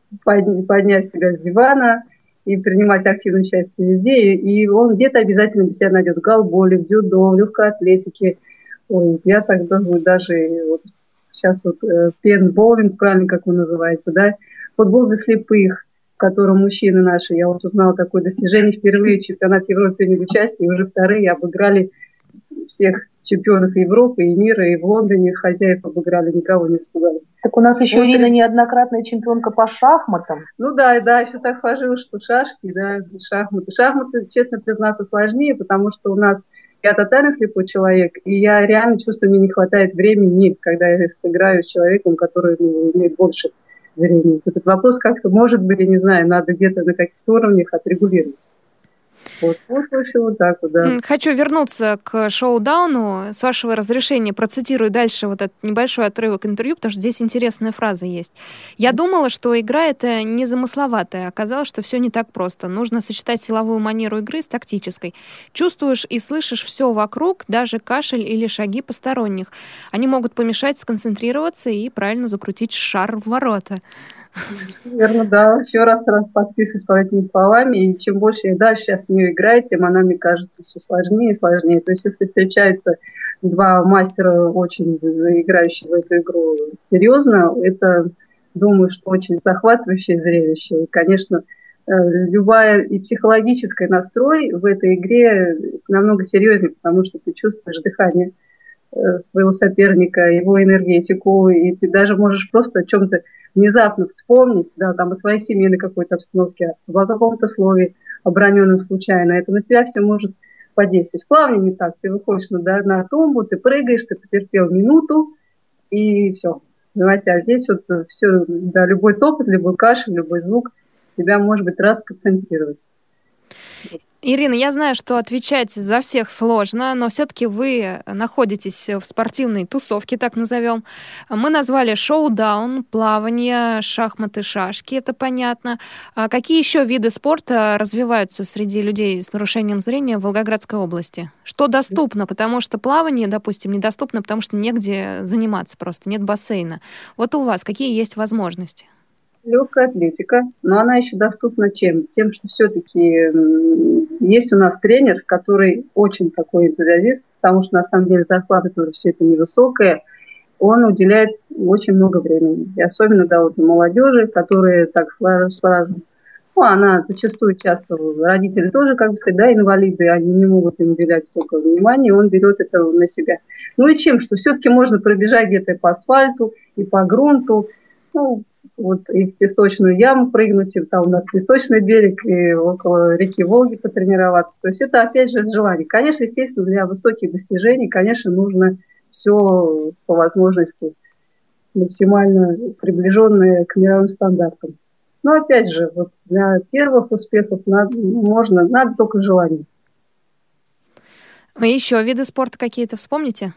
поднять себя с дивана и принимать активное участие везде. И он где-то обязательно для себя найдет в голболе, в дзюдо, в легкой атлетике. Ой, я так думаю, даже вот сейчас вот пейнтболинг, правильно как он называется, да, футбол для слепых, в котором мужчины наши, я вот узнала такое достижение, впервые чемпионат Европы приняли участие, и уже вторые обыграли всех чемпионов Европы и мира, и в Лондоне хозяев обыграли, никого не испугались. Так у нас еще вот Ирина неоднократная чемпионка по шахматам. Ну да, еще так сложилось, что шашки, да, шахматы. Шахматы, честно признаться, сложнее, потому что у нас я тотально слепой человек, и я реально чувствую, мне не хватает времени, когда я сыграю с человеком, который имеет больше зрения. Этот вопрос как-то, может быть, я не знаю, надо где-то на каких-то уровнях отрегулировать. Вот, в общем, вот так вот, да. Хочу вернуться к шоу-дауну. С вашего разрешения процитирую дальше вот этот небольшой отрывок интервью, потому что здесь интересная фраза есть. «Я думала, что игра эта незамысловатая. Оказалось, что все не так просто. Нужно сочетать силовую манеру игры с тактической. Чувствуешь и слышишь все вокруг, даже кашель или шаги посторонних. Они могут помешать сконцентрироваться и правильно закрутить шар в ворота». Верно, да. Еще раз подписываюсь под этими словами. И чем больше я дальше с нее играю, тем она, мне кажется, все сложнее и сложнее. То есть, если встречаются два мастера, очень играющие в эту игру серьезно, это, думаю, что очень захватывающее зрелище. И, конечно, любая и психологический настрой в этой игре намного серьезнее, потому что ты чувствуешь дыхание своего соперника, его энергетику, и ты даже можешь просто о чем-то внезапно вспомнить, да, там о своей семейной какой-то обстановке, о каком-то слове, оброненном случайно. Это на тебя все может подействовать. В плавании не так. Ты выходишь на тумбу, ты прыгаешь, ты потерпел минуту, и все. Понимаете, а здесь вот все, да, любой топот, любой кашель, любой звук тебя, может быть, раз сконцентрировать. Ирина, я знаю, что отвечать за всех сложно, но все-таки вы находитесь в спортивной тусовке, так назовем. Мы назвали шоу-даун, плавание, шахматы, шашки, это понятно. А какие еще виды спорта развиваются среди людей с нарушением зрения в Волгоградской области? Что доступно? Потому что плавание, допустим, недоступно, потому что негде заниматься просто, нет бассейна. Вот у вас какие есть возможности? Легкая атлетика, но она еще доступна чем? Тем, что все-таки есть у нас тренер, который очень такой энтузиаст, потому что на самом деле зарплата тоже все это невысокая, он уделяет очень много времени. И особенно, да, вот молодежи, которые так сразу, ну, она зачастую часто, родители тоже, как бы сказать, да, инвалиды, они не могут им уделять столько внимания, и он берет это на себя. Ну и чем? Что все-таки можно пробежать где-то по асфальту, и по грунту, ну, вот и в песочную яму прыгнуть, и там у нас песочный берег, и около реки Волги потренироваться. То есть это опять же желание. Конечно, естественно, для высоких достижений, конечно, нужно все по возможности максимально приближенное к мировым стандартам. Но опять же, вот для первых успехов надо только желание. А еще виды спорта какие-то вспомните?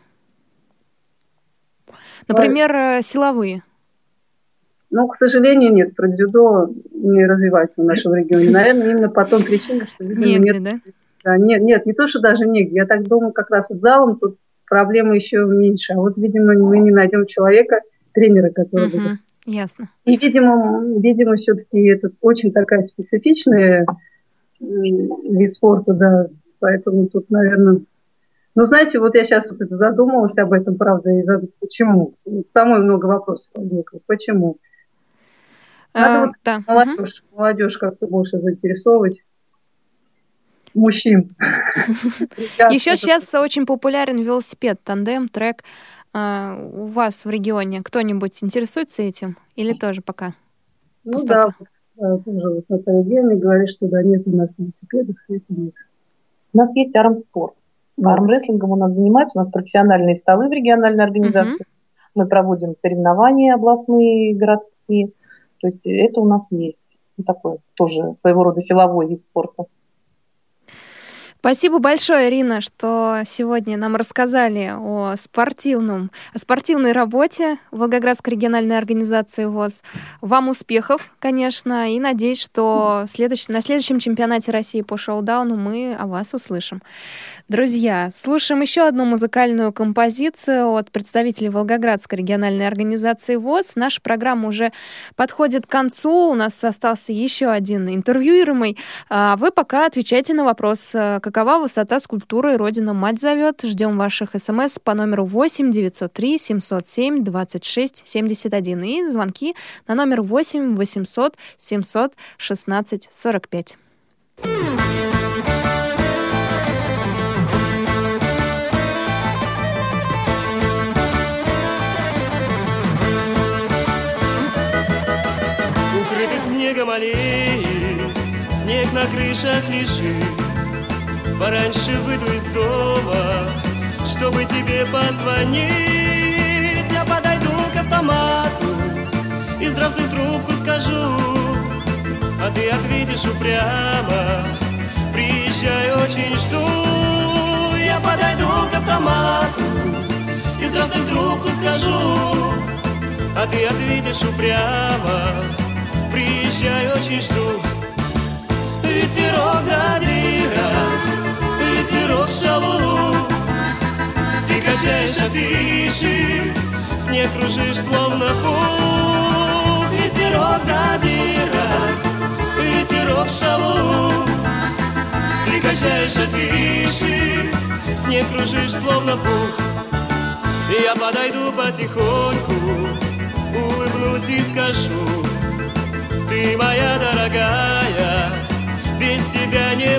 Например, силовые. Ну, к сожалению, нет. Про дзюдо не развивается в нашем регионе. Наверное, именно по той причине, что, видимо, негде, нет. Да? Да, нет, не то, что даже негде. Я так думаю, как раз с залом тут проблемы еще меньше. А вот, видимо, мы не найдем человека, тренера, который будет. Ясно. И, видимо, все-таки это очень такая специфичная вид спорта, да. Поэтому тут, наверное... Ну, знаете, вот я сейчас вот задумалась об этом, правда, и почему? Самой много вопросов возникло. Почему? Надо молодежь как-то больше заинтересовывать. Мужчин. Еще сейчас очень популярен велосипед, тандем, трек. У вас в регионе кто-нибудь интересуется этим? Или тоже пока пустота? Да, тоже вот Наталья Генна говорит, что да, нет у нас велосипедов, это нет. У нас есть армспорт. Армрестлингом у нас занимаются, у нас профессиональные столы в региональной организации. Мы проводим соревнования областные, городские. То есть это у нас есть. Такой тоже своего рода силовой вид спорта. Спасибо большое, Ирина, что сегодня нам рассказали о спортивной работе Волгоградской региональной организации ВОС. Вам успехов, конечно, и надеюсь, что на следующем чемпионате России по шоу-дауну мы о вас услышим. Друзья, слушаем еще одну музыкальную композицию от представителей Волгоградской региональной организации ВОС. Наша программа уже подходит к концу. У нас остался еще один интервьюируемый. А вы пока отвечайте на вопрос, какова высота скульптуры «Родина-мать зовет». Ждем ваших смс по номеру 8 903 707 26 71 и звонки на номер 8 800 700 16 45. Укрыты снегом аллеи, снег на крышах лежит. Пораньше выйду из дома, чтобы тебе позвонить. Я подойду к автомату и здравствуй в трубку скажу, а ты ответишь упрямо: приезжай, очень жду. Я подойду к автомату и здравствуй в трубку скажу, а ты ответишь упрямо: приезжай, очень жду. Ветерок задира, ветерок шалу, ты качаешь афиши, снег кружишь словно пух. Ветерок задира, ветерок шалу, ты качаешь афиши, снег кружишь словно пух. Я подойду потихоньку, улыбнусь и скажу: ты моя дорогая, без тебя не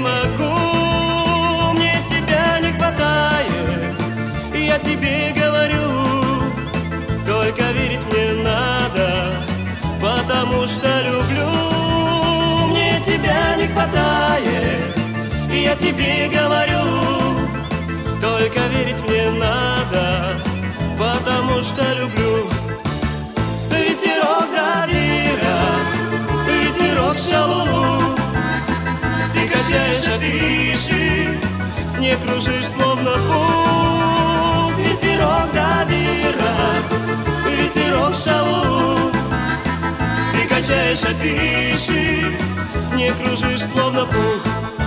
могу, мне тебя не хватает, я тебе говорю, только верить мне надо, потому что люблю. Мне тебя не хватает, я тебе говорю, только верить мне надо, потому что люблю. Ветерок задира, ветерок шалу, ты качаешь афиши, снег кружишь словно пух. Ветерок задира, ветерок шалу, ты качаешь афиши, снег кружишь словно пух.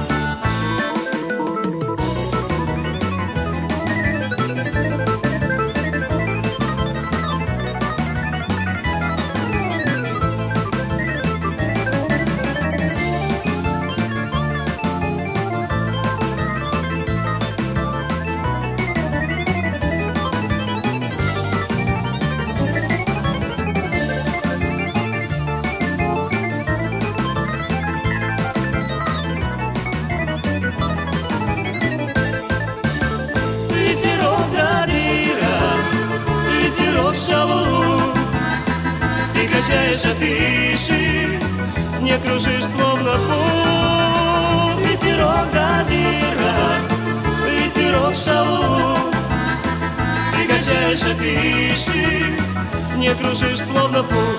Качаешь афиши, снег кружишь словно пух. Ветерок задира, ветерок шалу, ты качаешь афиши, снег кружишь словно пух.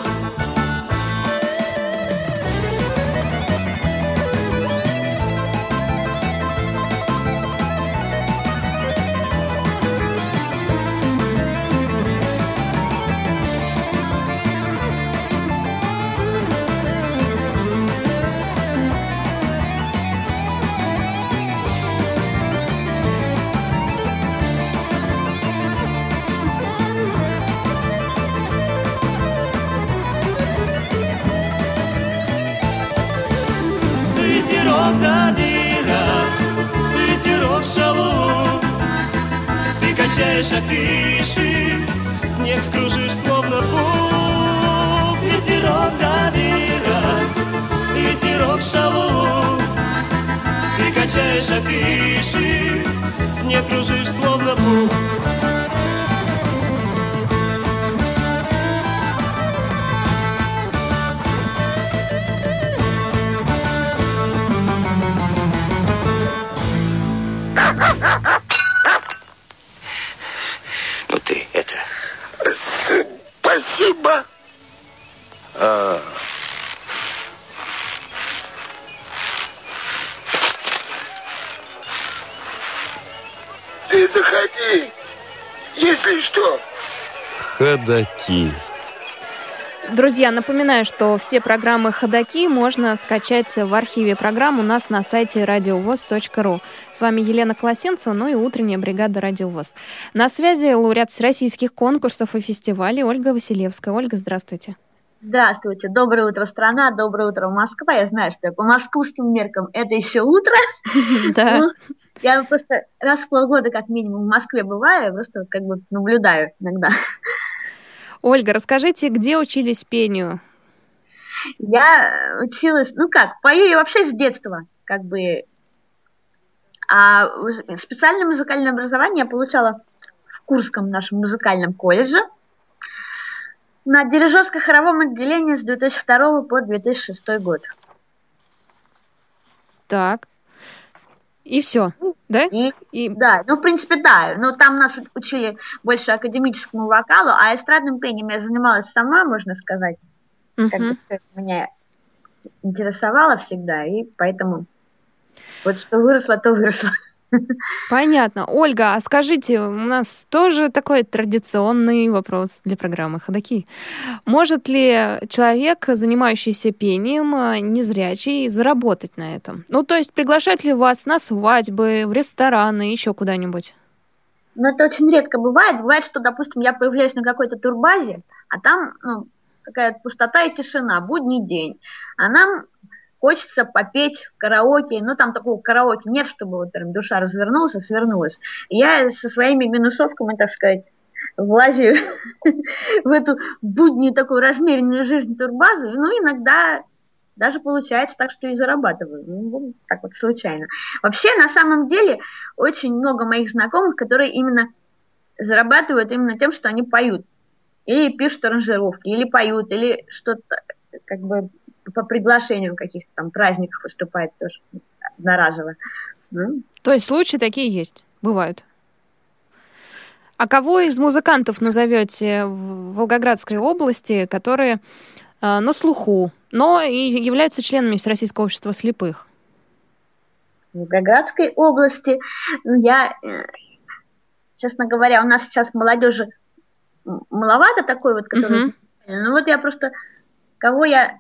Ветерок задира, ветерок шалу, ты качаешь афиши, снег кружишь словно пух. Ветерок задира, ветерок шалу, ты качаешь афиши, снег кружишь словно пух. Ну ты это... Спасибо. ходаки, если что. Ходаки. Друзья, напоминаю, что все программы «Ходаки» можно скачать в архиве программ у нас на сайте радиовоз.ру. С вами Елена Колосенцева, ну и утренняя бригада «Радио ВОС». На связи лауреат всероссийских конкурсов и фестивалей Ольга Василевская. Ольга, здравствуйте. Здравствуйте. Доброе утро, страна. Доброе утро, Москва. Я знаю, что по московским меркам это еще утро. Да. Я просто раз в полгода как минимум в Москве бываю, просто как бы наблюдаю иногда. Ольга, расскажите, где учились пению? Я училась, пою я вообще с детства, а специальное музыкальное образование я получала в Курском нашем музыкальном колледже на дирижерско-хоровом отделении с 2002 по 2006 год. Так. И все, да? Да, в принципе, да. Но там нас учили больше академическому вокалу, а эстрадным пением я занималась сама, можно сказать. Меня интересовало всегда, и поэтому вот что выросло, то выросло. Понятно. Ольга, а скажите, у нас тоже такой традиционный вопрос для программы «Ходаки». Может ли человек, занимающийся пением, незрячий, заработать на этом? Ну, то есть приглашать ли вас на свадьбы, в рестораны, еще куда-нибудь? Ну, это очень редко бывает. Бывает, что, допустим, я появляюсь на какой-то турбазе, а там, какая-то пустота и тишина, будний день. А нам хочется попеть в караоке, там такого караоке нет, чтобы вот прям душа развернулась и свернулась. Я со своими минусовками, так сказать, влазю в эту буднюю такую размеренную жизнь турбазы, иногда даже получается так, что и зарабатываю. Так вот случайно. Вообще, на самом деле, очень много моих знакомых, которые именно зарабатывают именно тем, что они поют. Или пишут аранжировки, или поют, или что-то по приглашению каких-то там праздников выступает тоже одноразово. То есть случаи такие есть, бывают. А кого из музыкантов назовете в Волгоградской области, которые на слуху, но и являются членами Всероссийского общества слепых? В Волгоградской области, честно говоря, у нас сейчас молодежи маловато такой вот, который... я просто, кого я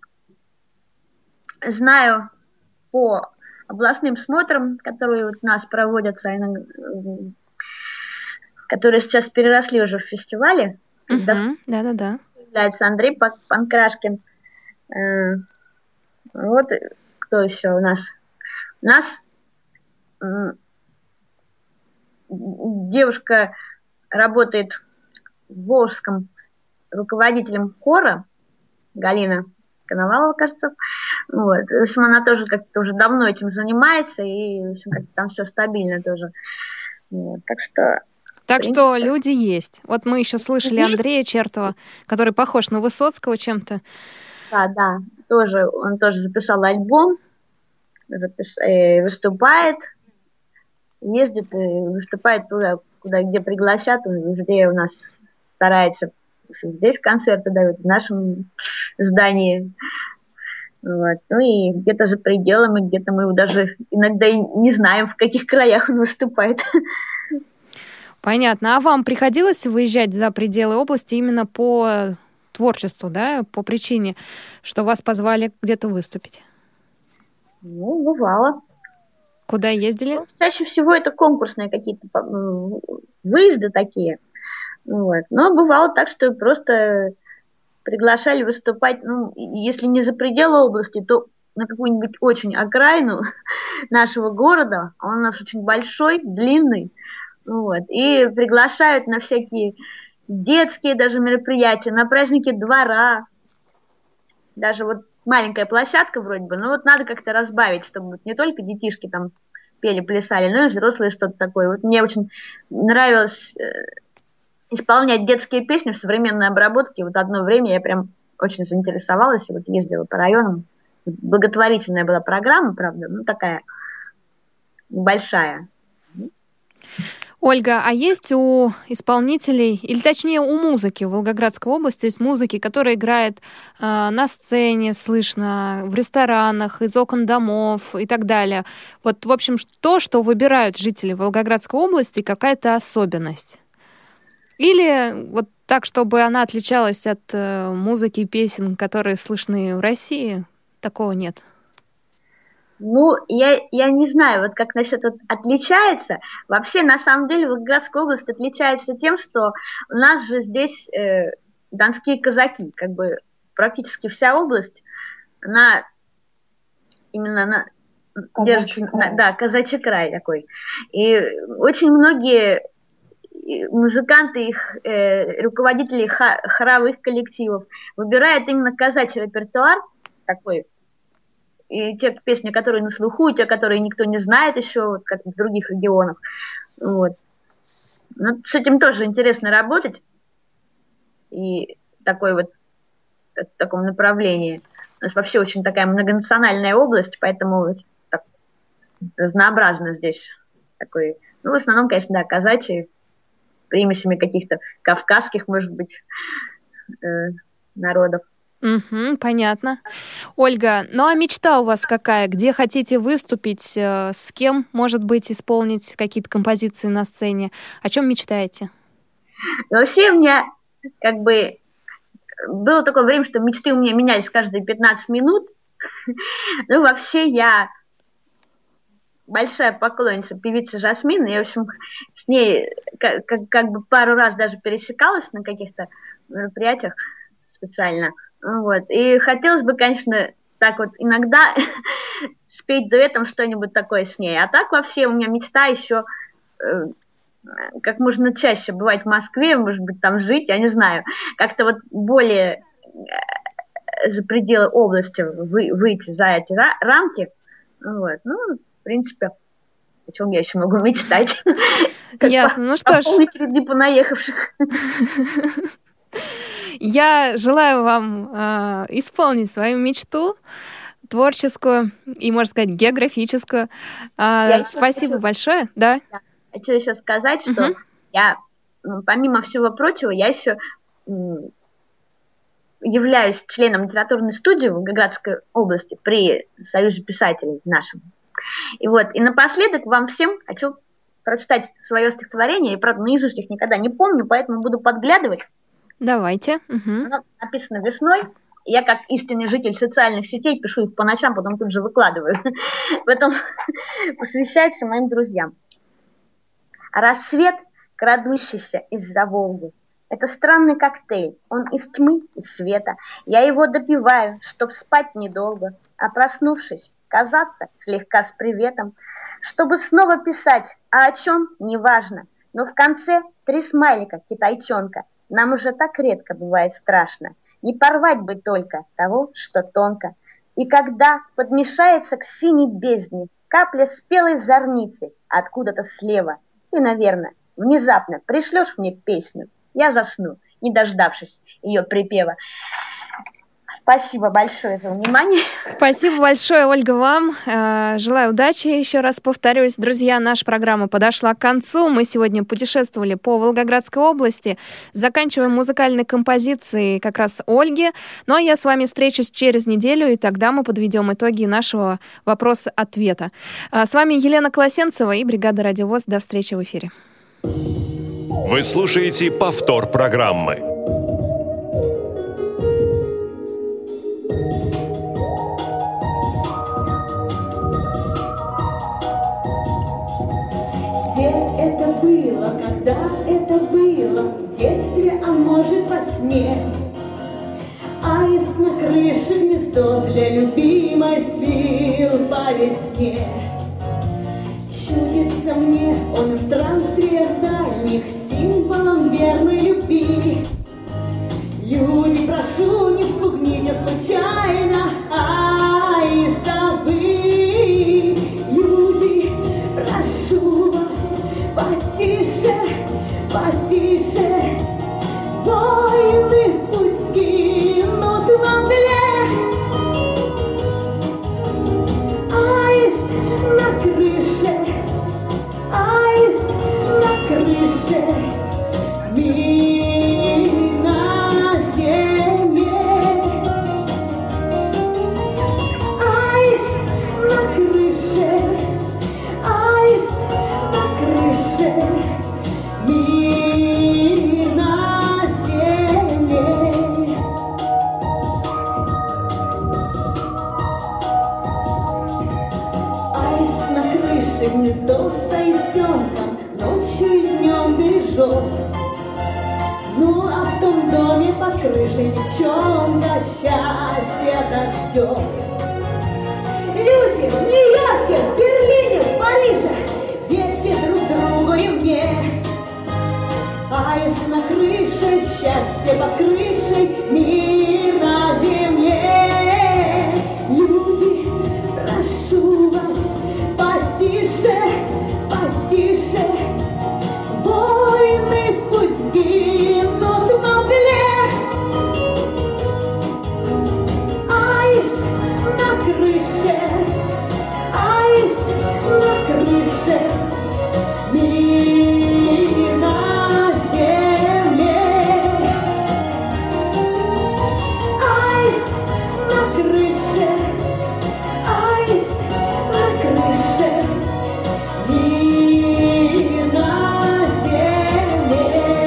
знаю по областным смотрам, которые вот у нас проводятся, которые сейчас переросли уже в фестивале. Да. Является Андрей Панкрашкин. Вот кто еще у нас? У нас девушка работает в Волжском руководителем хора, Галина Коновалова, кажется. Вот. В общем, она тоже как-то уже давно этим занимается, и в общем, как-то там все стабильно тоже. Вот. Так что люди есть. Вот мы еще слышали Андрея Чертова, который похож на Высоцкого чем-то. Да, он тоже записал альбом, выступает, ездит и выступает туда, где пригласят, он везде у нас старается. Здесь концерты дают, в нашем здании. Вот. И где-то за пределами, где-то мы его даже иногда и не знаем, в каких краях он выступает. Понятно. А вам приходилось выезжать за пределы области именно по творчеству, да, по причине, что вас позвали где-то выступить? Бывало. Куда ездили? Чаще всего это конкурсные какие-то выезды такие. Вот. Но бывало так, что просто приглашали выступать, если не за пределы области, то на какую-нибудь очень окраину нашего города. Он у нас очень большой, длинный. Вот. И приглашают на всякие детские даже мероприятия, на праздники двора. Даже вот маленькая площадка вроде бы, но вот надо как-то разбавить, чтобы не только детишки там пели, плясали, но и взрослые что-то такое. Вот мне очень нравилось исполнять детские песни в современной обработке. Вот одно время я прям очень заинтересовалась, и вот ездила по районам. Благотворительная была программа, правда, такая большая. Ольга, а есть у исполнителей, или точнее у музыки в Волгоградской области, есть музыки, которые играют на сцене, слышно, в ресторанах, из окон домов и так далее. Вот, в общем, то, что выбирают жители Волгоградской области, какая-то особенность. Или вот так, чтобы она отличалась от музыки и песен, которые слышны в России, такого нет. Ну, я не знаю, вот как насчет вот отличается. Вообще, на самом деле, Волгоградская область отличается тем, что у нас же здесь донские казаки, как бы практически вся область, она именно держится, да, казачий край такой. И очень многие музыканты, их руководители хоровых коллективов выбирают именно казачий репертуар такой. И те песни, которые на слуху, и те, которые никто не знает еще, вот, как в других регионах. Вот. Но с этим тоже интересно работать. И такой вот, в таком направлении. У нас вообще очень такая многонациональная область, поэтому так разнообразно здесь. Такой, ну, в основном, конечно, да, казачьи, примесями каких-то кавказских, может быть, народов. Угу, понятно. Ольга, ну а мечта у вас какая? Где хотите выступить? С кем, может быть, исполнить какие-то композиции на сцене? О чем мечтаете? Вообще у меня как бы было такое время, что мечты у меня менялись каждые 15 минут. Ну, вообще я большая поклонница певицы Жасмин. Я, в общем, с ней как бы пару раз даже пересекалась на каких-то мероприятиях специально. Вот. И хотелось бы, конечно, так вот иногда спеть дуэтом что-нибудь такое с ней. А так вообще у меня мечта еще как можно чаще бывать в Москве, может быть, там жить, я не знаю, как-то вот более за пределы области выйти за эти рамки. Вот. Ну, в принципе, о чем я еще могу мечтать? Ясно, ну что ж. Пополнить ряды понаехавших. Я желаю вам исполнить свою мечту творческую и, можно сказать, географическую. Спасибо большое. Да. Хочу еще сказать, что я, помимо всего прочего, я еще являюсь членом литературной студии в Волгоградской области при Союзе писателей нашем. И вот, и напоследок вам всем хочу прочитать свое стихотворение. Я, правда, наизусть их никогда не помню, поэтому буду подглядывать. Давайте. Оно написано весной. Я, как истинный житель социальных сетей, пишу их по ночам, потом тут же выкладываю. Поэтому посвящается моим друзьям. Рассвет, крадущийся из-за Волги. Это странный коктейль. Он из тьмы и света. Я его допиваю, чтоб спать недолго. А проснувшись, казаться слегка с приветом. Чтобы снова писать, а о чем — неважно. Но в конце 3 смайлика китайчонка. Нам уже так редко бывает страшно. Не порвать бы только того, что тонко. И когда подмешается к синей бездне капля спелой зорницы откуда-то слева, и, наверное, внезапно пришлешь мне песню, я засну, не дождавшись ее припева. Спасибо большое за внимание. Спасибо большое, Ольга, вам. Желаю удачи. Еще раз повторюсь, друзья, наша программа подошла к концу. Мы сегодня путешествовали по Волгоградской области. Заканчиваем музыкальной композицией как раз Ольги. Ну, а я с вами встречусь через неделю, и тогда мы подведем итоги нашего вопроса-ответа. С вами Елена Колосенцева и бригада «Радио ВОС». До встречи в эфире. Вы слушаете повтор программы. Это было, когда это было, в детстве, а может во сне. Аист на крыше гнездо для любимой свил по весне. Чудится мне он в странствиях дальних символом верной любви. Люди, прошу, не вспугните случайно аиста вы. Люди, прошу вас, потише, потише, войны пусть гибнут во мгле. Аист на крыше, аист на крыше. крыше, мир на земле. Аист на крыше, аист на крыше, мир на земле. Аист на крыше гнездо с аистенком ночью и днем бережет. Ну а в том доме под крышей девчонка счастья так ждет. Люди в Нью-Йорке, в Берлине, в Париже, верьте друг другу и мне. Аист на крыше, счастье под крышей, мир на земле. Люди, прошу вас, потише, потише, войны пусть гибнут в мгле. Аист на крыше, аист на крыше, мир на земле. Аист на крыше, аист на крыше, мир на земле.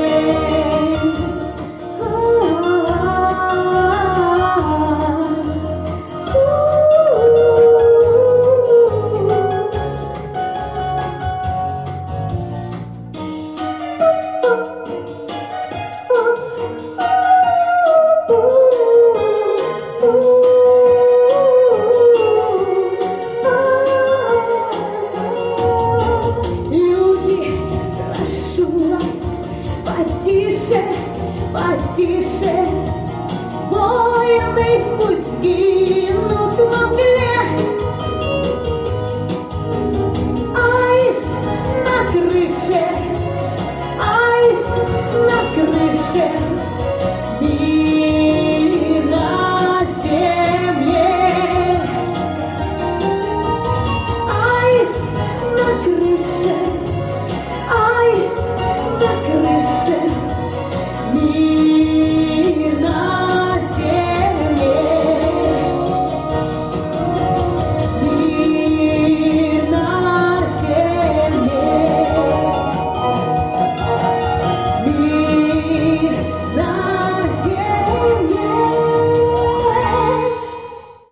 Люди, прошу вас, потише, потише, войны пусть гибнут в мгле. Аист на крыше, аист на крыше, мир на земле. Аист на крыше, аист на крыше,